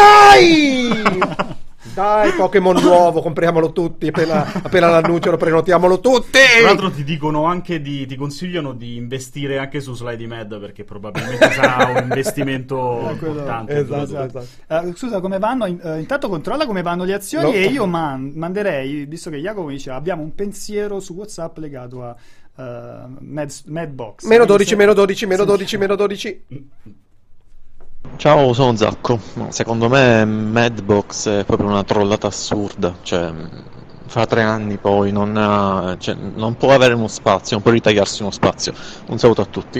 Dai! Dai, Pokémon nuovo, compriamolo tutti, appena, appena l'annunciano prenotiamolo tutti. Tra l'altro ti dicono anche di, ti consigliano di investire anche su Slidey Mad, perché probabilmente sarà un investimento importante. Esatto, esatto. Uh, scusa, come vanno? Uh, intanto controlla come vanno le azioni, no. E io man- manderei, visto che Jacopo mi diceva abbiamo un pensiero su WhatsApp legato a uh, Mad- Madbox. Meno dodici, meno dodici, meno dodici, meno dodici. Ciao, sono Zacco. Secondo me Madbox è proprio una trollata assurda, cioè fra tre anni poi non, ha, cioè, non può avere uno spazio, non può ritagliarsi uno spazio. Un saluto a tutti.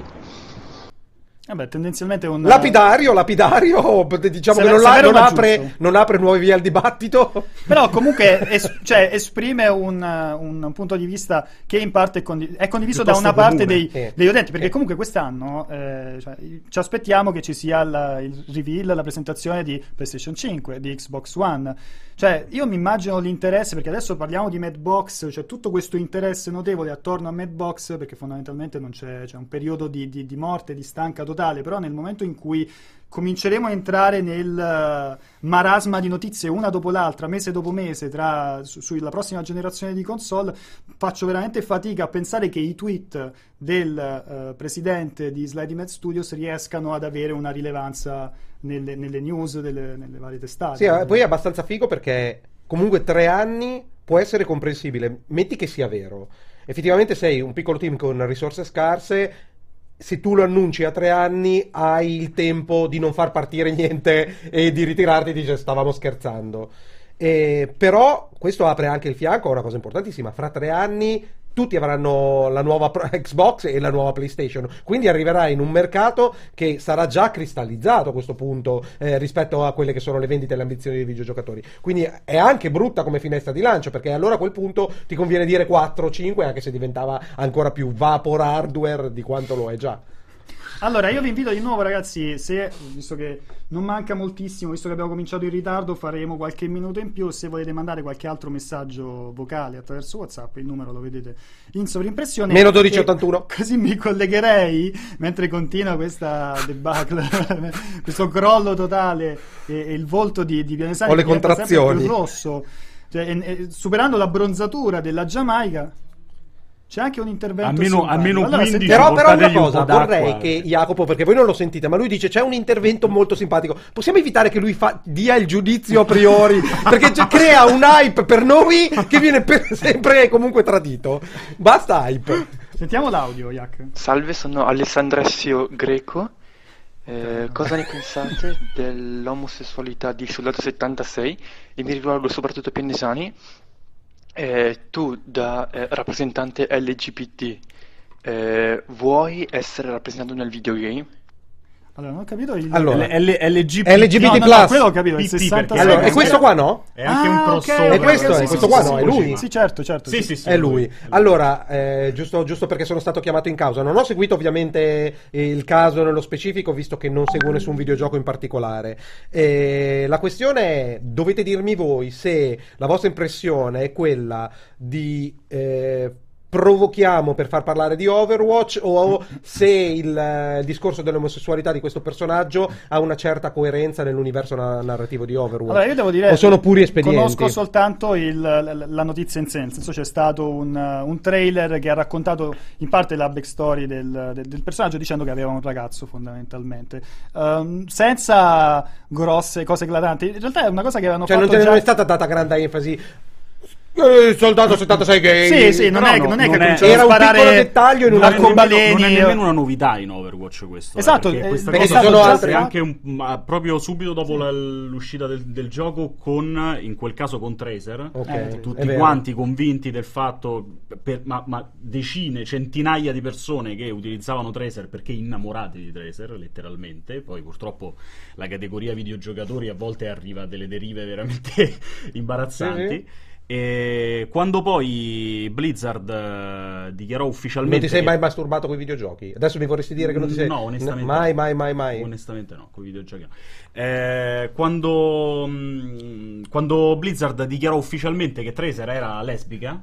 Vabbè, tendenzialmente un lapidario, lapidario, diciamo Sare- che non, la, non, apre, non apre nuove vie al dibattito. Però comunque es- cioè, esprime un, un punto di vista che in parte è, condiv- è condiviso da una parte dei, eh. degli utenti, perché eh. comunque quest'anno eh, cioè, ci aspettiamo che ci sia la, il reveal, la presentazione di PlayStation cinque, di Xbox One. Cioè, io mi immagino l'interesse, perché adesso parliamo di Madbox, c'è tutto questo interesse notevole attorno a Madbox, perché fondamentalmente non c'è, c'è un periodo di, di, di morte, di stanca totale, però nel momento in cui cominceremo a entrare nel uh, marasma di notizie una dopo l'altra, mese dopo mese, tra, su, sulla prossima generazione di console, faccio veramente fatica a pensare che i tweet del uh, presidente di Slidey Mad Studios riescano ad avere una rilevanza nelle, nelle news, delle, nelle varie testate. Sì, poi è abbastanza figo perché comunque tre anni può essere comprensibile, metti che sia vero. Effettivamente sei un piccolo team con risorse scarse, se tu lo annunci a tre anni hai il tempo di non far partire niente e di ritirarti e dici stavamo scherzando. E, però questo apre anche il fianco a una cosa importantissima: fra tre anni tutti avranno la nuova Xbox e la nuova PlayStation, quindi arriverai in un mercato che sarà già cristallizzato a questo punto eh, rispetto a quelle che sono le vendite e le ambizioni dei videogiocatori. Quindi è anche brutta come finestra di lancio, perché allora a quel punto ti conviene dire quattro cinque, anche se diventava ancora più vapor hardware di quanto lo è già. Allora, io vi invito di nuovo, ragazzi, se, visto che non manca moltissimo, visto che abbiamo cominciato in ritardo, faremo qualche minuto in più. Se volete mandare qualche altro messaggio vocale attraverso WhatsApp, il numero lo vedete in sovrimpressione. Meno dodici ottantuno. Così mi collegherei, mentre continua questa debacle, questo crollo totale, e, e il volto di, di Pianesani o le contrazioni più rosso, cioè, e, e, superando la bronzatura della Giamaica. c'è anche un intervento almeno, sul almeno allora, quindici, sentiamo- Però, però una portategli un cosa, po' d'acqua. vorrei che Jacopo, perché voi non lo sentite, ma lui dice c'è un intervento molto simpatico. Possiamo evitare che lui fa, dia il giudizio a priori? Perché c- crea un hype per noi che viene per sempre comunque tradito. Basta hype. Sentiamo l'audio, Jack. Salve, sono Alessandressio Greco. Eh, cosa ne pensate dell'omosessualità di Soldato settantasei? E mi rivolgo soprattutto a Pianesani. Eh, tu da eh, rappresentante L G B T eh, vuoi essere rappresentato nel videogame? Allora, non ho capito il... Allora, L- L- L G B T L G B T No, no, no, plus. quello ho capito, il P T, sessantasei. perché- Allora, e Sì, questo sì. qua no? È anche Ah, un ok, crossover. E questo è- sì, questo sì, qua sì, no, è sì, lui? Sì, certo, certo. Sì, sì, sì. È lui. Allora, eh, giusto, giusto perché sono stato chiamato in causa. Non ho seguito ovviamente eh, il caso nello specifico, visto che non seguo nessun videogioco in particolare. Eh, la questione è, dovete dirmi voi se la vostra impressione è quella di... eh, provochiamo per far parlare di Overwatch o se il, eh, il discorso dell'omosessualità di questo personaggio ha una certa coerenza nell'universo na- narrativo di Overwatch. Allora, io devo dire, o sono puri espedienti? conosco soltanto il, la, la notizia in sé, nel senso c'è stato un, un trailer che ha raccontato in parte la backstory del, del, del personaggio dicendo che aveva un ragazzo fondamentalmente, um, senza grosse cose eclatanti. In realtà è una cosa che avevano Cioè fatto non, te- già... non è stata data grande enfasi. Eh, soldato settantasei gay. Sì, sì, non, No, è, no, non è non che è- cominciano era a un sparare piccolo dettaglio in Non una è, nemmeno, arcobaleni. non è nemmeno una novità in Overwatch questo. Esatto, eh, perché eh, questa perché cosa ci sono successe altri- anche un- ma proprio subito dopo la- l'uscita del, del gioco con, in quel caso con Tracer. Ok, Eh, è Tutti vero. quanti convinti del fatto, per- ma, ma decine, centinaia di persone che utilizzavano Tracer perché innamorati di Tracer, letteralmente. Poi purtroppo la categoria videogiocatori a volte arriva a delle derive veramente imbarazzanti. Sì, sì. E quando poi Blizzard eh, dichiarò ufficialmente Non ti sei che- mai masturbato con i videogiochi? Adesso mi vorresti dire che non ti sei... No, onestamente Mai, no. mai, mai, mai. Onestamente no, con i videogiochi no. Eh, quando, mh, quando Blizzard dichiarò ufficialmente che Tracer era lesbica,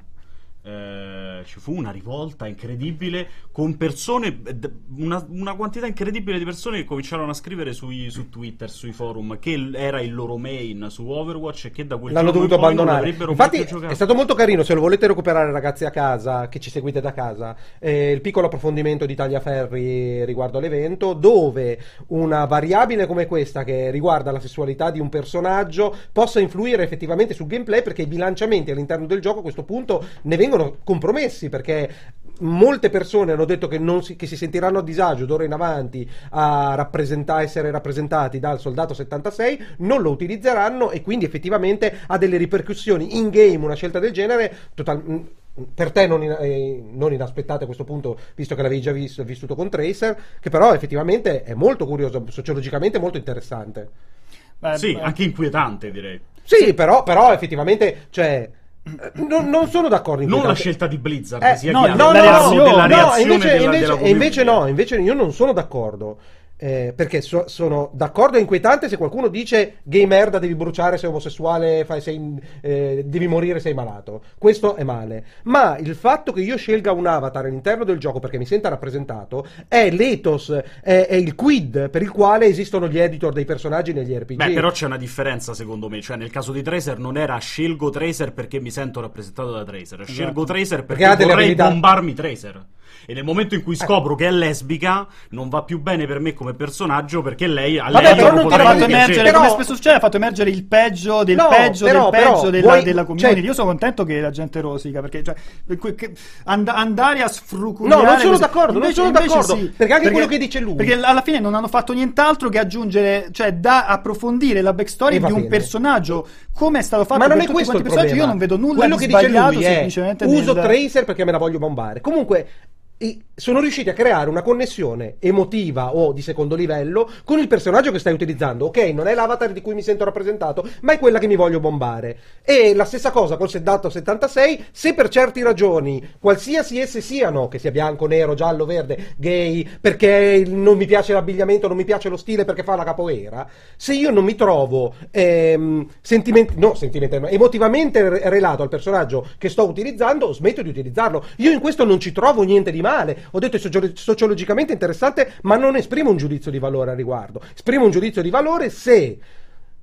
eh, ci fu una rivolta incredibile con persone, d- una, una quantità incredibile di persone che cominciarono a scrivere sui, su Twitter, sui forum, che l- era il loro main su Overwatch e che da quel L'hanno giorno dovuto in poi non abbandonare. l'avrebbero Infatti più giocato. è stato molto carino, se lo volete recuperare ragazzi a casa, che ci seguite da casa, eh, il piccolo approfondimento di Tagliaferri riguardo all'evento, dove una variabile come questa che riguarda la sessualità di un personaggio possa influire effettivamente sul gameplay, perché i bilanciamenti all'interno del gioco a questo punto ne vengono compromessi, perché molte persone hanno detto che, non si, che si sentiranno a disagio d'ora in avanti a rappresentare, essere rappresentati dal soldato settantasei, non lo utilizzeranno e quindi effettivamente ha delle ripercussioni in game. Una scelta del genere total- per te non, in- eh, non inaspettate a questo punto, visto che l'avevi già visto, vissuto con Tracer, che però effettivamente è molto curioso, sociologicamente molto interessante. Beh, Sì, beh, anche inquietante, direi. Sì, Però, però effettivamente, cioè, eh, non, non sono d'accordo in Non la inquietante. scelta di Blizzard, Eh, sia no, chiaro. no, La no, reazione- no, della no, reazione invece, della- invece- della e invece community. no, invece io non sono d'accordo. Eh, perché so- sono d'accordo, è inquietante se qualcuno dice gay merda, devi bruciare, sei omosessuale, fai, sei, eh, devi morire, sei malato. Questo è male. Ma il fatto che io scelga un avatar all'interno del gioco perché mi senta rappresentato è l'ethos, è, è il quid per il quale esistono gli editor dei personaggi negli R P G. Beh, però c'è una differenza secondo me, cioè nel caso di Tracer non era scelgo Tracer perché mi sento rappresentato da Tracer, scelgo Tracer perché, Perché ha delle vorrei abilità. bombarmi Tracer. E nel momento in cui scopro che è lesbica, non va più bene per me come personaggio perché lei a Vabbè, lei però non non ti ha potrei fatto ragione, piacere. emergere, però- come spesso succede, ha fatto emergere il peggio del No, peggio però- del peggio però della, vuoi- della community. cioè- Io sono contento che la gente rosica, perché cioè, que- che- and- andare a sfruculiare No, non sono così- d'accordo, non sono invece d'accordo, sì, perché anche quello che dice lui- perché alla fine non hanno fatto nient'altro che aggiungere, cioè da approfondire la backstory E va di un bene. personaggio come è stato fatto Ma non per è tutti questo il quanti i personaggi. problema. Io non vedo nulla Quello di che dice sbagliato lui è semplicemente uso nel... Tracer perché me la voglio bombare. Comunque e sono riusciti a creare una connessione emotiva o di secondo livello con il personaggio che stai utilizzando. Ok, non è l'avatar di cui mi sento rappresentato, ma è quella che mi voglio bombare. E la stessa cosa col soldato settantasei, se per certi ragioni, qualsiasi esse siano, che sia bianco, nero, giallo, verde, gay, perché non mi piace l'abbigliamento, non mi piace lo stile perché fa la capoeira, se io non mi trovo ehm, sentiment- no, sentimentalmente, emotivamente re- relato al personaggio che sto utilizzando, smetto di utilizzarlo. Io in questo non ci trovo niente di male. Ho detto è socio- sociologicamente interessante, ma non esprimo un giudizio di valore a riguardo. Esprimo un giudizio di valore se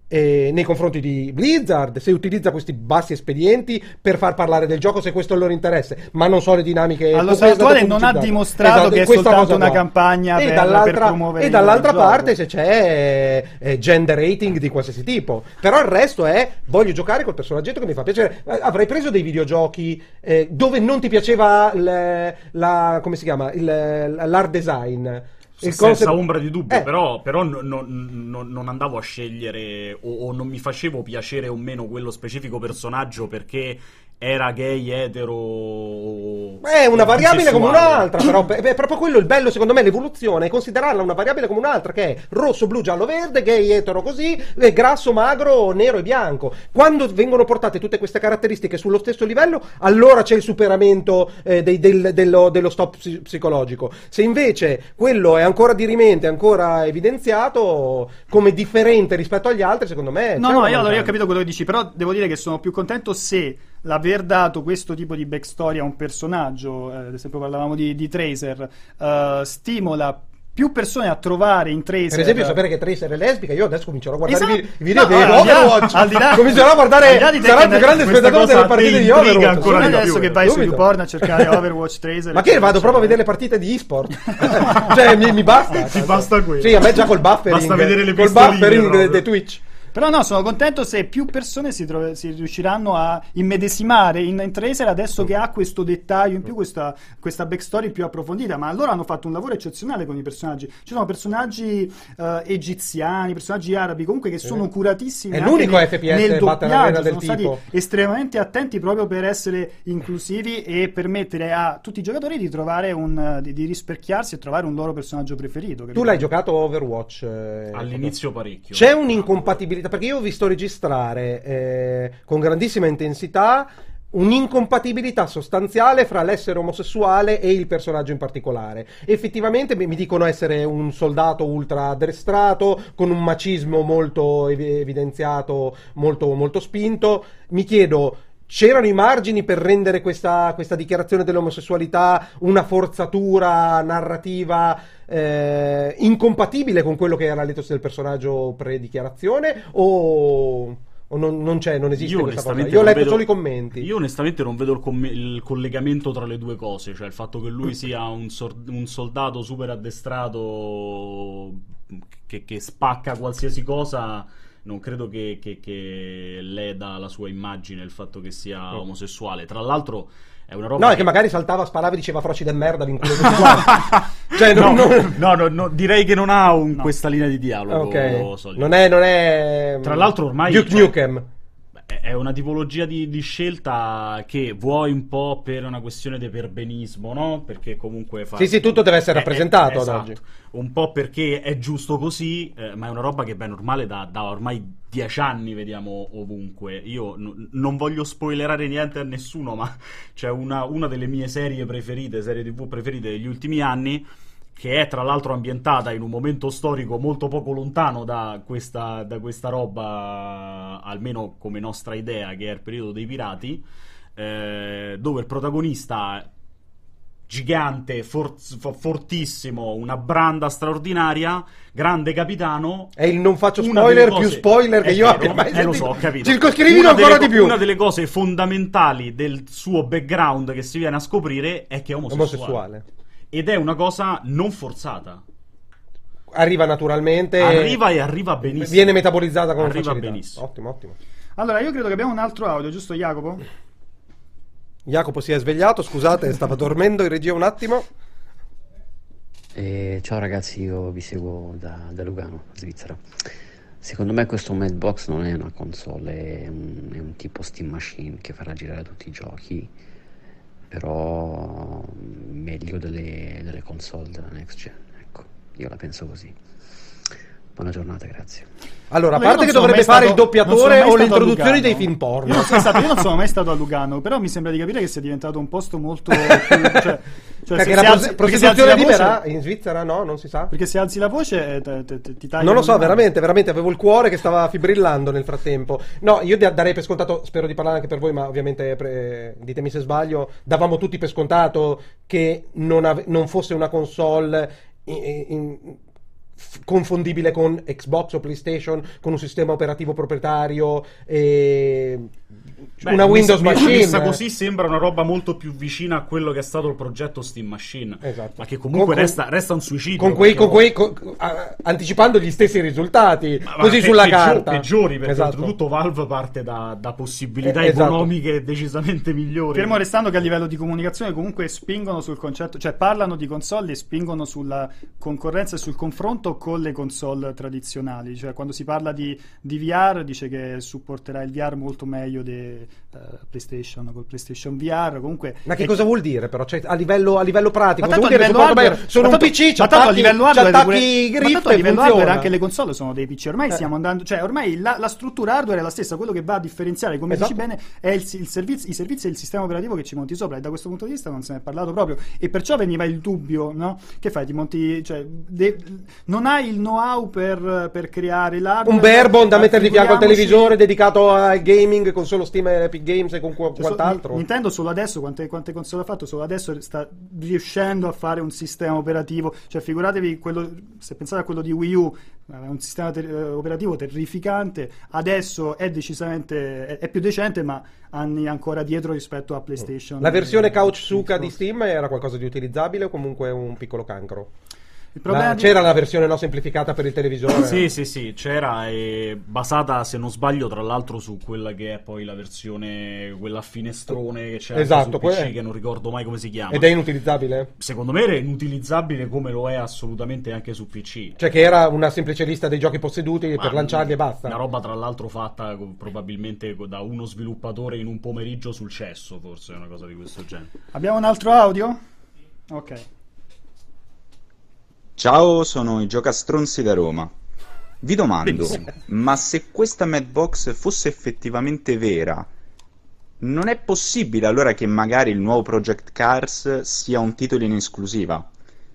eh, nei confronti di Blizzard, se utilizza questi bassi espedienti per far parlare del gioco, se questo è il loro interesse, ma non so le dinamiche. Allo stato attuale non ha dimostrato esatto, che è soltanto una campagna e per, per promuovere e dall'altra parte se c'è eh, gender rating di qualsiasi tipo, però il resto è voglio giocare col personaggetto che mi fa piacere. Avrei preso dei videogiochi eh, dove non ti piaceva il, la come si chiama il, l'art design. Il senza concept... ombra di dubbio, eh. però, però no, no, no, non andavo a scegliere o, o non mi facevo piacere o meno quello specifico personaggio perché era gay, etero. È una variabile come un'altra, però è proprio quello il bello, secondo me, l'evoluzione è considerarla una variabile come un'altra, che è rosso, blu, giallo, verde, gay, etero così, grasso, magro, nero e bianco. Quando vengono portate tutte queste caratteristiche sullo stesso livello, allora c'è il superamento eh, dei, del, dello, dello stop psicologico. Se invece quello è ancora dirimente, ancora evidenziato come differente rispetto agli altri, secondo me no no io, allora, io ho capito quello che dici, però devo dire che sono più contento se l'aver dato questo tipo di backstory a un personaggio, eh, ad esempio parlavamo di, di Tracer, uh, stimola più persone a trovare in Tracer. Per esempio, sapere che Tracer è lesbica, io adesso comincerò a guardare esatto. i video no, di allora, Overwatch. Al di là, comincerò a guardare. Sarà il più grande spettatore delle partite di Overwatch. Ancora adesso che vai su YouPorn a cercare Overwatch Tracer. Ma che vado proprio a vedere le partite di eSport? Cioè, mi, mi basta. Ti basta quello. Sì, a me già col buffering. Basta vedere le col buffering di Twitch. Però no, sono contento se più persone si, tro- si riusciranno a immedesimare in, in Tracer adesso che ha questo dettaglio in più, questa, questa backstory più approfondita. Ma allora hanno fatto un lavoro eccezionale con i personaggi. Ci sono personaggi uh, egiziani, personaggi arabi comunque che sono curatissimi. È l'unico nel, F P S nel doppiaggio, del sono stati tipo. estremamente attenti proprio per essere inclusivi e permettere a tutti i giocatori di trovare un di, di rispecchiarsi e trovare un loro personaggio preferito. Tu l'hai giocato Overwatch? Eh, All'inizio parecchio. C'è un'incompatibilità, perché io ho visto registrare eh, con grandissima intensità un'incompatibilità sostanziale fra l'essere omosessuale e il personaggio in particolare. Effettivamente mi dicono essere un soldato ultra addestrato con un macismo molto ev- evidenziato, molto, molto spinto. Mi chiedo, c'erano i margini per rendere questa, questa dichiarazione dell'omosessualità una forzatura narrativa eh, incompatibile con quello che era l'etos del personaggio pre-dichiarazione, o, o non, non c'è, non esiste io questa cosa? Io ho letto vedo, solo i commenti. Io onestamente non vedo il, com- il collegamento tra le due cose, cioè il fatto che lui sia un, sor- un soldato super addestrato che, che spacca qualsiasi cosa. Non credo che, che, che leda la sua immagine il fatto che sia oh. omosessuale. Tra l'altro è una roba no, che... è che magari saltava, sparava e diceva froci del merda vinculo tutti quanti. Cioè, no, non, non... No, no, no, direi che non ha un, no. questa linea di dialogo. Okay. Non è, non è... Tra l'altro ormai... Duke cioè, Nukem. È una tipologia di, di scelta che vuoi un po' per una questione di perbenismo, no? Perché comunque fa... Sì, sì, tutto deve essere è, rappresentato è, ad esatto. oggi. Un po' perché è giusto così, eh, ma è una roba che è normale da, da ormai dieci anni, vediamo ovunque. Io n- non voglio spoilerare niente a nessuno, ma c'è una, una delle mie serie preferite, serie tivù preferite degli ultimi anni, che è tra l'altro ambientata in un momento storico molto poco lontano da questa, da questa roba, almeno come nostra idea, che è il periodo dei pirati, eh, dove il protagonista gigante, for- fortissimo, una branda straordinaria, grande capitano. E il non faccio spoiler cose, più spoiler che io vero, abbia mai eh, sentito. lo so, ho capito. Circoscrivilo ancora delle, di più. Una delle cose fondamentali del suo background che si viene a scoprire è che è omosessuale. omosessuale. Ed è una cosa non forzata. Arriva naturalmente. Arriva e arriva benissimo. Viene metabolizzata con arriva facilità. benissimo. Ottimo, ottimo. Allora, io credo che abbiamo un altro audio, giusto Jacopo? Jacopo si è svegliato, scusate, stava dormendo in regia un attimo. Eh, ciao ragazzi, io vi seguo da, da Lugano, Svizzera. Secondo me questo Madbox non è una console, è un, è un tipo Steam Machine che farà girare tutti i giochi, però meglio delle, delle console della next gen, ecco, io la penso così. Buona giornata, grazie. Allora, a Allora, parte che dovrebbe fare stato, il doppiatore o le introduzioni dei film porno. Io non, sono stato, io non sono mai stato a Lugano, però mi sembra di capire che sia diventato un posto molto più, cioè, cioè perché se la alzi, prostituzione perché libera voce, in Svizzera no, non si sa. Perché se alzi la voce eh, te, te, te, ti tagliano. Non lo so, mano. veramente, veramente avevo il cuore che stava fibrillando nel frattempo. No, io darei per scontato, spero di parlare anche per voi, ma ovviamente pre, ditemi se sbaglio, davamo tutti per scontato che non, ave, non fosse una console in, in, f- confondibile con Xbox o PlayStation, con un sistema operativo proprietario e Beh, una Windows messa, Machine. Messa così sembra una roba molto più vicina a quello che è stato il progetto Steam Machine, esatto. ma che comunque con, resta, resta un suicidio. Con quei, con quei, con, a, anticipando gli stessi risultati, ma, così ma sulla peggior, carta. Peggiori, perché esatto. oltretutto Valve parte da, da possibilità eh, esatto. economiche decisamente migliori. Fermo restando che a livello di comunicazione comunque spingono sul concetto, cioè parlano di console e spingono sulla concorrenza e sul confronto con le console tradizionali, cioè quando si parla di, di V R dice che supporterà il V R molto meglio di uh, PlayStation col PlayStation V R. Comunque ma che è... cosa vuol dire però? Cioè, a livello, a livello pratico ma cosa tanto vuol dire? hardware, Sono tanto, un P C, ma tanto a livello hardware attacchi pure, Rift ma tanto a e livello funziona. hardware anche le console sono dei P C, ormai eh. stiamo andando, cioè ormai la, la struttura hardware è la stessa, quello che va a differenziare, come esatto. dici bene, è il, il servizio, i servizi e il sistema operativo che ci monti sopra, e da questo punto di vista non se ne è parlato proprio, e perciò veniva il dubbio, no? Che fai, ti monti, cioè de, non hai il know-how per, per creare l'hardware, un barebone da mettere di fianco al televisore dedicato al gaming con solo Steam e Epic Games e con qu- cioè, quant'altro. So, Nintendo solo adesso quante, quante console ha fatto, solo adesso sta riuscendo a fare un sistema operativo, cioè figuratevi quello, se pensate a quello di Wii U, un sistema ter- operativo terrificante, adesso è decisamente è, è più decente, ma anni ancora dietro rispetto a PlayStation. La versione e, Couchsuka e di Steam era qualcosa di utilizzabile o comunque un piccolo cancro? La, di... C'era la versione no semplificata per il televisore? Sì, sì, sì, c'era, e basata, se non sbaglio, tra l'altro su quella che è poi la versione, quella a finestrone che c'è esatto, su P C, que- che non ricordo mai come si chiama. Ed è inutilizzabile? Secondo me è inutilizzabile, come lo è assolutamente anche su P C. Cioè che era una semplice lista dei giochi posseduti Ma per lanciarli e basta? Una roba tra l'altro fatta probabilmente da uno sviluppatore in un pomeriggio sul cesso, forse, una cosa di questo genere. Abbiamo un altro audio? Ok. Ciao, sono i Giocastronzi da Roma. Vi domando, Benissimo. ma se questa Madbox fosse effettivamente vera, non è possibile allora che magari il nuovo Project Cars sia un titolo in esclusiva?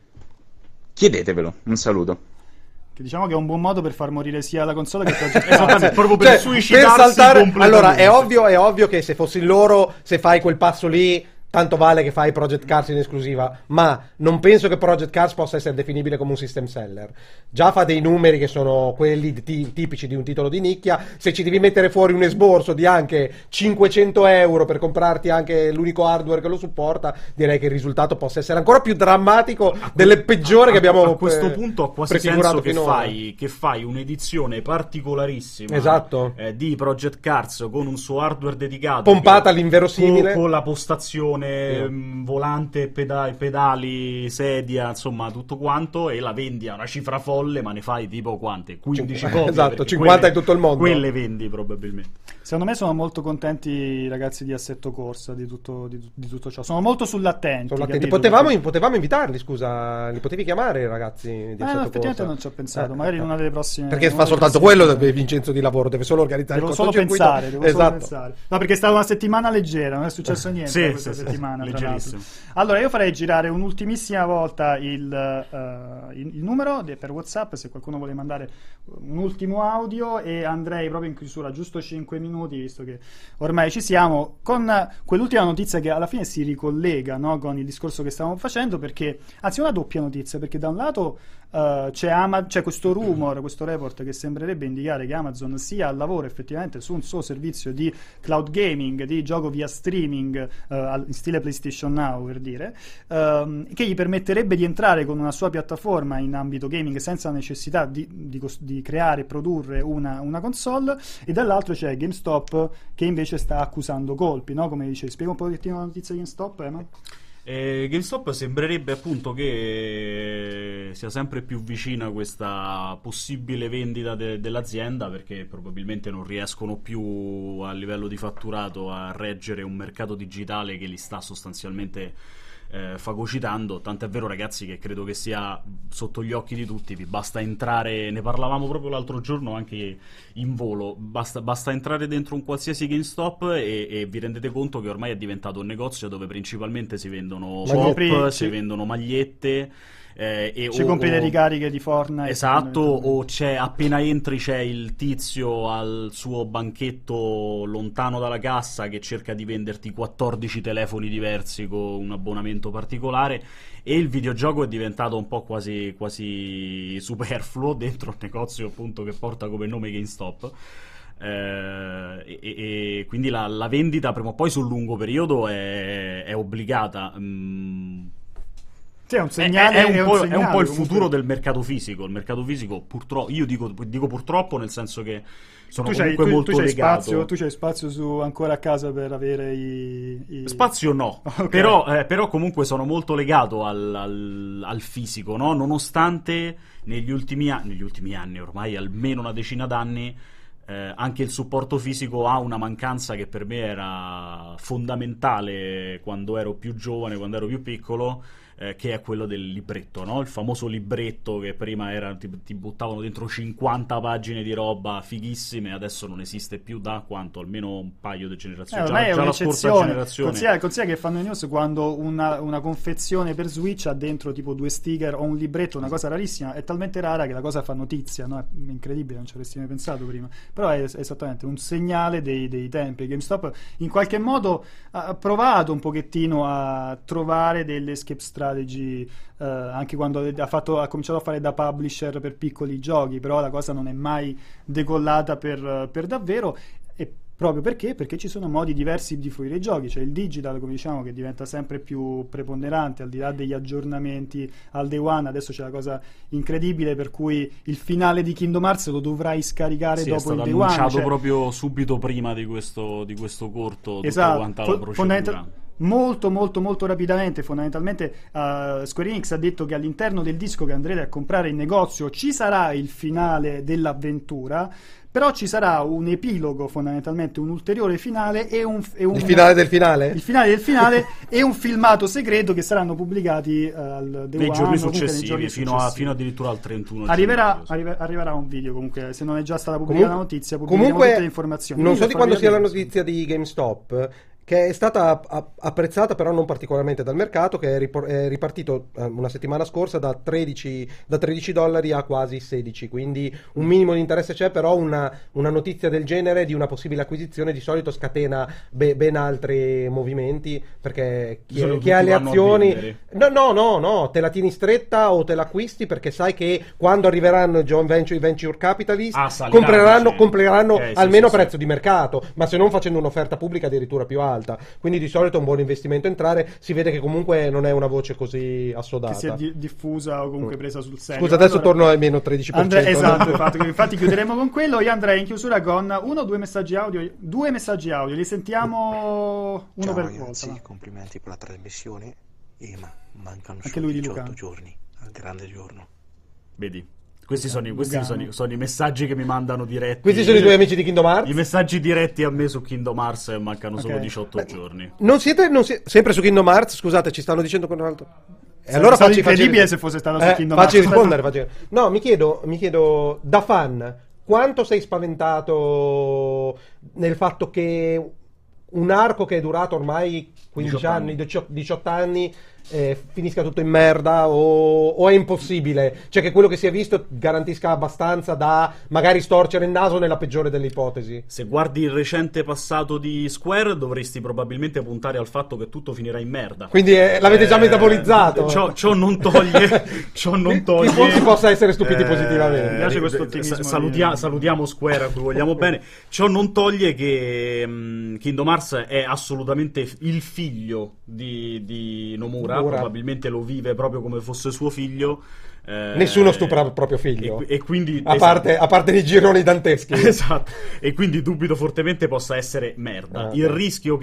Chiedetevelo, un saluto. Che diciamo che è un buon modo per far morire sia la console che Project Cars. Esattamente, proprio per cioè, suicidarsi per saltare... completamente. Allora, è ovvio, è ovvio che se fossi loro, se fai quel passo lì, tanto vale che fai Project Cars in esclusiva, ma non penso che Project Cars possa essere definibile come un system seller. Già fa dei numeri che sono quelli t- tipici di un titolo di nicchia. Se ci devi mettere fuori un esborso di anche cinquecento euro per comprarti anche l'unico hardware che lo supporta, direi che il risultato possa essere ancora più drammatico delle peggiori a, che abbiamo a questo eh, punto ha quasi senso che fai, che fai un'edizione particolarissima, esatto. eh, di Project Cars con un suo hardware dedicato, pompata all'inverosimile, con, con la postazione Sì. volante, pedali, pedali, sedia, insomma tutto quanto, e la vendi a una cifra folle, ma ne fai tipo quante? quindici copie, esatto, cinquanta quelle, in tutto il mondo, quelle vendi probabilmente. Secondo me sono molto contenti i ragazzi di Assetto Corsa di tutto, di, di tutto ciò, sono molto sull'attenti, sull'attenti. Potevamo, potevamo invitarli, scusa, li potevi chiamare i ragazzi di eh, Assetto no, effettivamente Corsa. non ci ho pensato, eh, magari eh. in una delle prossime, perché fa soltanto quello Vincenzo di lavoro, deve solo organizzare devo il solo pensare, devo esatto. solo pensare. No, perché è stata una settimana leggera, non è successo niente sì, questa sì, settimana, sì, tra l'altro. leggerissimo. Allora io farei girare un'ultimissima volta il, uh, il, il numero de, per WhatsApp, se qualcuno vuole mandare un ultimo audio, e andrei proprio in chiusura, giusto cinque minuti, visto che ormai ci siamo, con quell'ultima notizia che alla fine si ricollega, no, con il discorso che stavamo facendo, perché anzi una doppia notizia, perché da un lato uh, c'è, Ama- c'è questo rumor, questo report che sembrerebbe indicare che Amazon sia al lavoro effettivamente su un suo servizio di cloud gaming, di gioco via streaming uh, in stile PlayStation Now, per dire, um, che gli permetterebbe di entrare con una sua piattaforma in ambito gaming senza necessità di, di, di creare e produrre una, una console, e dall'altro c'è GameStop che invece sta accusando colpi, no? Come dice, spiega un pochettino la notizia di GameStop, Emma? Eh, GameStop sembrerebbe appunto che sia sempre più vicina questa possibile vendita de- dell'azienda, perché probabilmente non riescono più a livello di fatturato a reggere un mercato digitale che li sta sostanzialmente eh, fagocitando. Tant'è vero, ragazzi, che credo che sia sotto gli occhi di tutti. Vi basta entrare, ne parlavamo proprio l'altro giorno anche in volo, basta, basta entrare dentro un qualsiasi GameStop e, e vi rendete conto che ormai è diventato un negozio dove principalmente si vendono shop, Magliette, si sì. vendono magliette, Eh, e ci o, compri o, le ricariche di Fortnite. Esatto, o c'è appena entri c'è il tizio al suo banchetto lontano dalla cassa che cerca di venderti quattordici telefoni diversi con un abbonamento particolare, e il videogioco è diventato un po' quasi, quasi superfluo dentro un negozio appunto che porta come nome GameStop. Eh, e, e quindi la, la vendita prima o poi sul lungo periodo è, è obbligata. Mm. Sì, è un segnale, è, è, un, è un po', segnale, è un po' il comunque. futuro del mercato fisico. Il mercato fisico purtroppo, io dico, dico purtroppo nel senso che sono tu comunque c'hai, tu, molto tu c'hai legato. Spazio, tu c'hai spazio su, ancora a casa per avere i... i... Spazio no, okay. però, eh, però comunque sono molto legato al, al, al fisico, no? Nonostante negli ultimi, anni, negli ultimi anni, ormai almeno una decina d'anni, eh, anche il supporto fisico ha una mancanza che per me era fondamentale quando ero più giovane, quando ero più piccolo, eh, che è quello del libretto, no? Il famoso libretto che prima era, ti, ti buttavano dentro cinquanta pagine di roba fighissime, adesso non esiste più da quanto? Almeno un paio di generazioni. Eh, ormai già, è già la scorsa un'eccezione. generazione. Consiglia, consiglia che fanno i news quando una, una confezione per Switch ha dentro tipo due sticker o un libretto, una cosa rarissima, è talmente rara che la cosa fa notizia, no? È incredibile, non ci avresti mai pensato prima. Però è, è esattamente un segnale dei, dei tempi. GameStop in qualche modo ha provato un pochettino a trovare delle escape strategy, eh, anche quando ha, fatto, ha cominciato a fare da publisher per piccoli giochi, però la cosa non è mai decollata per, per davvero. E proprio perché? Perché ci sono modi diversi di fruire i giochi. C'è il digital, come diciamo, che diventa sempre più preponderante, al di là degli aggiornamenti al day one. Adesso c'è la cosa incredibile per cui il finale di Kingdom Hearts lo dovrai scaricare sì, dopo il day one. è stato annunciato cioè... proprio subito prima di questo, di questo corto, esatto. tutta quanta la procedura. Fondamental- molto molto molto rapidamente, fondamentalmente uh, Square Enix ha detto che all'interno del disco che andrete a comprare in negozio ci sarà il finale dell'avventura, però ci sarà un epilogo, fondamentalmente un ulteriore finale e un, e un il finale del finale? il finale del finale e un filmato segreto che saranno pubblicati uh, al nei one, giorni successivi, successivi, giorni fino, successivi. A, fino addirittura al trentuno arriverà, gennaio, sì. arriver- arriverà un video, comunque, se non è già stata pubblicata Comun- la notizia, pubblichiamo comunque, tutte le informazioni. non so Io di per quando farvi sia la vedere, notizia di GameStop, che è stata a- apprezzata però non particolarmente dal mercato, che è, ripor- è ripartito eh, una settimana scorsa da tredici, da tredici dollari a quasi sedici, quindi un minimo di interesse c'è, però una, una notizia del genere di una possibile acquisizione di solito scatena be- ben altri movimenti, perché chi, chi ha le azioni no no no no te la tieni stretta o te l'acquisti, perché sai che quando arriveranno i joint venture, i venture capitalist ah, saliranno, compreranno, sì. compreranno okay, almeno sì, prezzo sì. di mercato, ma se non facendo un'offerta pubblica addirittura più alta. Quindi di solito è un buon investimento entrare. Si vede che comunque non è una voce così assodata, che sia di- diffusa o comunque presa sul serio. Scusa, adesso allora, torno al meno tredici per cento. Andre- esatto, infatti, infatti chiuderemo con quello. Io andrei in chiusura con uno o due messaggi audio. Due messaggi audio, li sentiamo uno Ciao per ragazzi, volta. complimenti per la trasmissione. E ma mancano Anche solo lui di diciotto Luca. giorni al grande giorno. Vedi, questi, sono, i- questi sono, i- sono i messaggi che mi mandano diretti. Questi sono i tuoi amici di Kingdom Hearts? I messaggi diretti a me su Kingdom Hearts, e mancano Ok. solo diciotto Beh, giorni. Non siete, non si- sempre su Kingdom Hearts? Scusate, ci stanno dicendo con un altro. E Sarebbe allora stato facci, incredibile facci- se fosse stato su eh, Kingdom facci Hearts. rispondere, facci- No, mi chiedo, mi chiedo da fan, quanto sei spaventato nel fatto che un arco che è durato ormai quindici diciotto anni, anni. diciotto diciotto anni, eh, finisca tutto in merda, o, o è impossibile? Cioè che quello che si è visto garantisca abbastanza da magari storcere il naso nella peggiore delle ipotesi? Se guardi il recente passato di Square, dovresti probabilmente puntare al fatto che tutto finirà in merda. Quindi eh, l'avete già metabolizzato? Ciò, ciò non toglie. ciò non toglie. Che si possa essere stupiti eh, positivamente. Mi piace questo eh, ottimismo sa- salutia- di- salutiamo Square, a cui vogliamo bene. Ciò non toglie che mh, Kingdom Hearts è assolutamente il figlio di, di Nomura. Nomura. Probabilmente lo vive proprio come fosse suo figlio. Eh, Nessuno stupra il proprio figlio. E, e quindi, a, esatto. parte, a parte i gironi danteschi. Esatto, e quindi dubito fortemente possa essere merda. Ah, il beh. rischio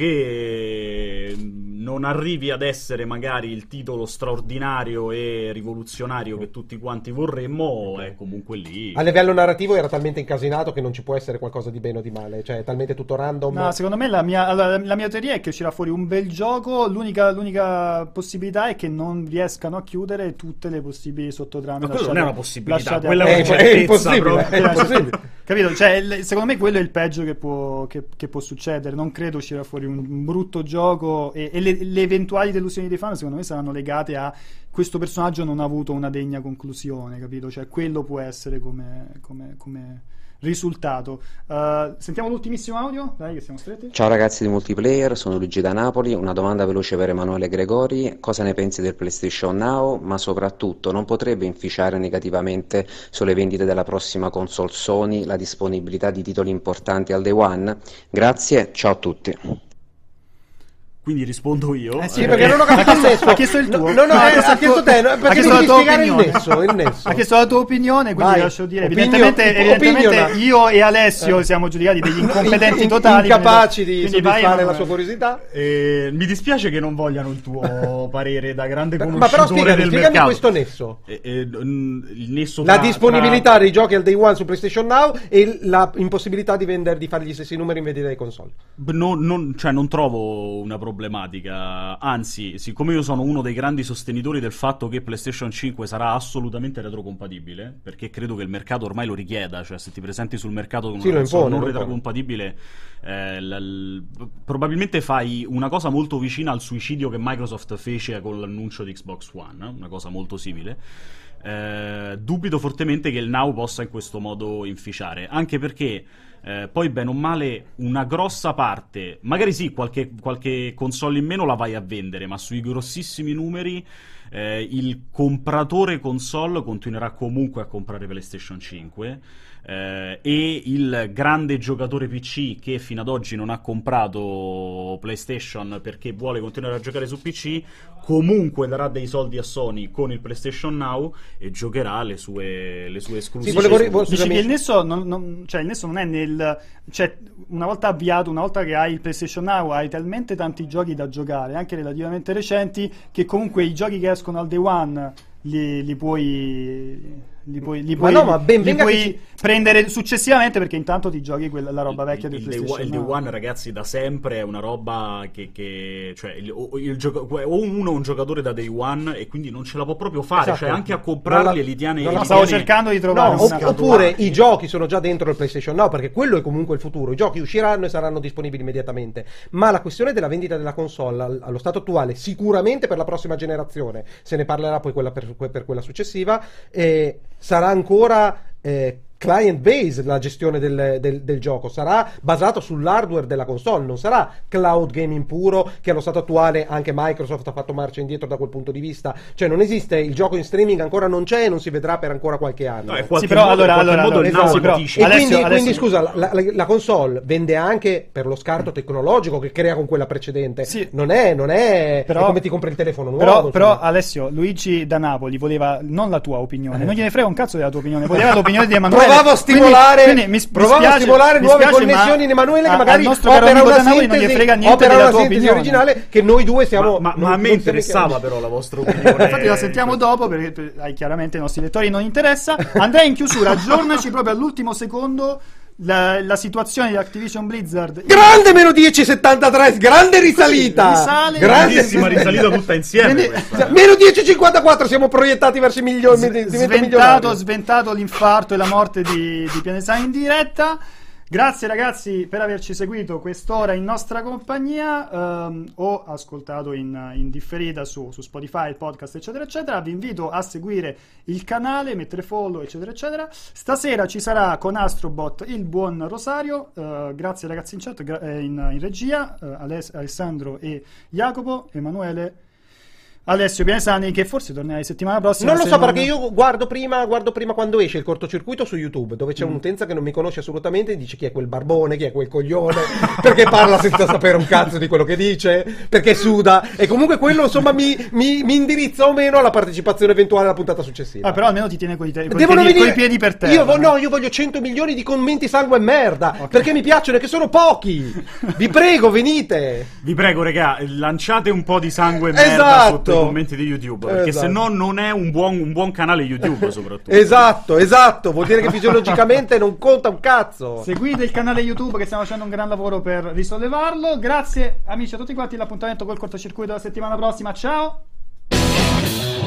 che non arrivi ad essere magari il titolo straordinario e rivoluzionario che tutti quanti vorremmo è comunque lì. A livello narrativo era talmente incasinato che non ci può essere qualcosa di bene o di male, cioè è talmente tutto random. No, secondo me la mia, allora, la mia teoria è che uscirà fuori un bel gioco. L'unica, l'unica possibilità è che non riescano a chiudere tutte le possibili sottotrame. Ma quello lasciate- non è una possibilità, lasciate quella a- è una è, è certezza impossibile, proprio. è impossibile. che Capito? Cioè, il- secondo me quello è il peggio che può, che, che può succedere. Non credo uscirà fuori un, un brutto gioco e, e le, le eventuali delusioni dei fan secondo me saranno legate a questo personaggio non ha avuto una degna conclusione, capito? Cioè quello può essere come, come, come risultato. Uh, sentiamo l'ultimissimo audio, dai che siamo stretti. Ciao ragazzi di Multiplayer, sono Luigi da Napoli. Una domanda veloce per Emanuele Gregori: cosa ne pensi del PlayStation Now? Ma soprattutto, non potrebbe inficiare negativamente sulle vendite della prossima console Sony la disponibilità di titoli importanti al day one? Grazie, ciao a tutti. Quindi rispondo io. Eh sì, Eh, perché non ho capito il nesso. Ha chiesto il tuo. No, no, ha eh, ha chiesto te, no, perché ha chiesto devi la tua spiegare il opinione. nesso, il nesso. Ha chiesto la tua opinione, quindi Vai. lascio dire. Opinio- Evidentemente, evidentemente opiniona. io e Alessio siamo giudicati degli incompetenti In- totali. incapaci quindi- di quindi vai, soddisfare la Emanuele. sua curiosità. Eh, mi dispiace che non vogliano il tuo parere da grande Ma conoscitore però spiegami, del spiegami mercato. questo nesso. Eh, eh, mm, il nesso La tra- disponibilità tra- dei giochi al day one su PlayStation Now e la impossibilità di vendere, di fare gli stessi numeri in vendita dei console. Non, non- cioè, non trovo una problematica, anzi, siccome io sono uno dei grandi sostenitori del fatto che PlayStation cinque sarà assolutamente retrocompatibile, perché credo che il mercato ormai lo richieda, cioè se ti presenti sul mercato con Sì, una lo console impone, non lo impone. retrocompatibile, eh, l- l- probabilmente fai una cosa molto vicina al suicidio che Microsoft fece con l'annuncio di Xbox One, eh, una cosa molto simile. Eh, dubito fortemente che il Now possa in questo modo inficiare, anche perché eh, poi bene o male una grossa parte, magari sì, qualche, qualche console in meno la vai a vendere, ma sui grossissimi numeri eh, il compratore console continuerà comunque a comprare PlayStation cinque. Eh, e il grande giocatore P C che fino ad oggi non ha comprato PlayStation perché vuole continuare a giocare su P C, comunque darà dei soldi a Sony con il PlayStation Now e giocherà le sue, le sue esclusive. Sì, volevo- volevo- Dici scusami. che il nesso non, non- cioè il nesso non è nel, cioè una volta avviato, una volta che hai il PlayStation Now hai talmente tanti giochi da giocare, anche relativamente recenti, che comunque i giochi che escono al day one li, li puoi li puoi, li Ma puoi, no, ma ben li venga puoi che ci- prendere successivamente, perché intanto ti giochi quella, la roba vecchia del il, day one, PlayStation il Day Now. One, ragazzi, da sempre è una roba che, che cioè il, o, il gioco- o uno è un giocatore da Day One e quindi non ce la può proprio fare, Esatto. cioè anche a comprarli Non la- e li tiene, non la li stavo tiene- cercando di No, trovare opp- una- oppure i giochi sono già dentro il PlayStation Now, perché quello è comunque il futuro. I giochi usciranno e saranno disponibili immediatamente. Ma la questione della vendita della console al- allo stato attuale, sicuramente per la prossima generazione, se ne parlerà poi quella per, per quella successiva, eh, sarà ancora eh, client based la gestione del, del- del gioco, sarà basato sull'hardware della console, non sarà cloud gaming puro, che allo stato attuale anche Microsoft ha fatto marcia indietro da quel punto di vista. Cioè non esiste, il gioco in streaming ancora non c'è e non si vedrà per ancora qualche anno. No, in Sì, qualche però modo- allora, in qualche allora, modo allora, il Now esatto, sì, però- anticipa. E Alessio- quindi, Alessio- quindi, scusa, la, la- la console vende anche per lo scarto tecnologico che crea con quella precedente. Sì. Non è, non è, Però- è come ti compri il telefono nuovo. Però, però insomma. Alessio, Luigi da Napoli voleva non la tua opinione, non gliene frega un cazzo della tua opinione, voleva l'opinione di Emanuele. Provavo a Quindi- stimolare, quindi mi, mi provavo a spiace- stimolare mi nuove spiace, connessioni ma in Emanuele, che a- magari al nostro opera caro amico una da Napoli non gli sintesi, frega niente opera della una tua sintesi opinione. originale che noi due siamo. ma, ma- ma non- a me non interessava siamo- però la vostra opinione. Infatti la sentiamo dopo perché per- ai- chiaramente ai nostri lettori non interessa. Andrea, in chiusura, aggiornaci proprio all'ultimo secondo la, la situazione di Activision Blizzard. Grande meno dieci virgola settantatré, grande risalita. Risale. grande Grandissima risalita tutta insieme. Quindi- questa. Meno dieci virgola cinquantaquattro, siamo proiettati verso i milioni. diventa sventato, milionario. sventato l'infarto e la morte di, di Pianesani in diretta. Grazie ragazzi per averci seguito quest'ora in nostra compagnia, ehm, o ascoltato in, in differita su, su Spotify, podcast eccetera eccetera. Vi invito a seguire il canale, mettere follow eccetera eccetera. Stasera ci sarà con Astrobot il buon Rosario, eh, grazie ragazzi in chat, gra- eh, in, in regia, eh, Aless- Alessandro e Jacopo, Emanuele, Alessio Pianesani, che forse tornerai settimana prossima. Non lo se so, perché io guardo prima, guardo prima quando esce il cortocircuito su YouTube, dove Mm. c'è un'utenza che non mi conosce assolutamente e dice chi è quel barbone, chi è quel coglione, perché parla senza sapere un cazzo di quello che dice, perché suda, e comunque quello insomma mi, mi, mi indirizza o meno alla partecipazione eventuale alla puntata successiva. Ah, però almeno ti tiene coi, te- coi Devono piedi, venire coi piedi per terra. Io, vo- no, io voglio cento milioni di commenti sangue e merda, perché mi piacciono e che sono pochi. Vi prego, venite. Vi prego, regà, lanciate un po' di sangue e merda Esatto. sotto i commenti di YouTube, perché Esatto. se no non è un buon, un buon canale YouTube, soprattutto. Esatto, esatto, vuol dire che fisiologicamente non conta un cazzo. Seguite il canale YouTube che stiamo facendo un gran lavoro per risollevarlo. Grazie amici a tutti quanti, l'appuntamento col cortocircuito la settimana prossima. Ciao!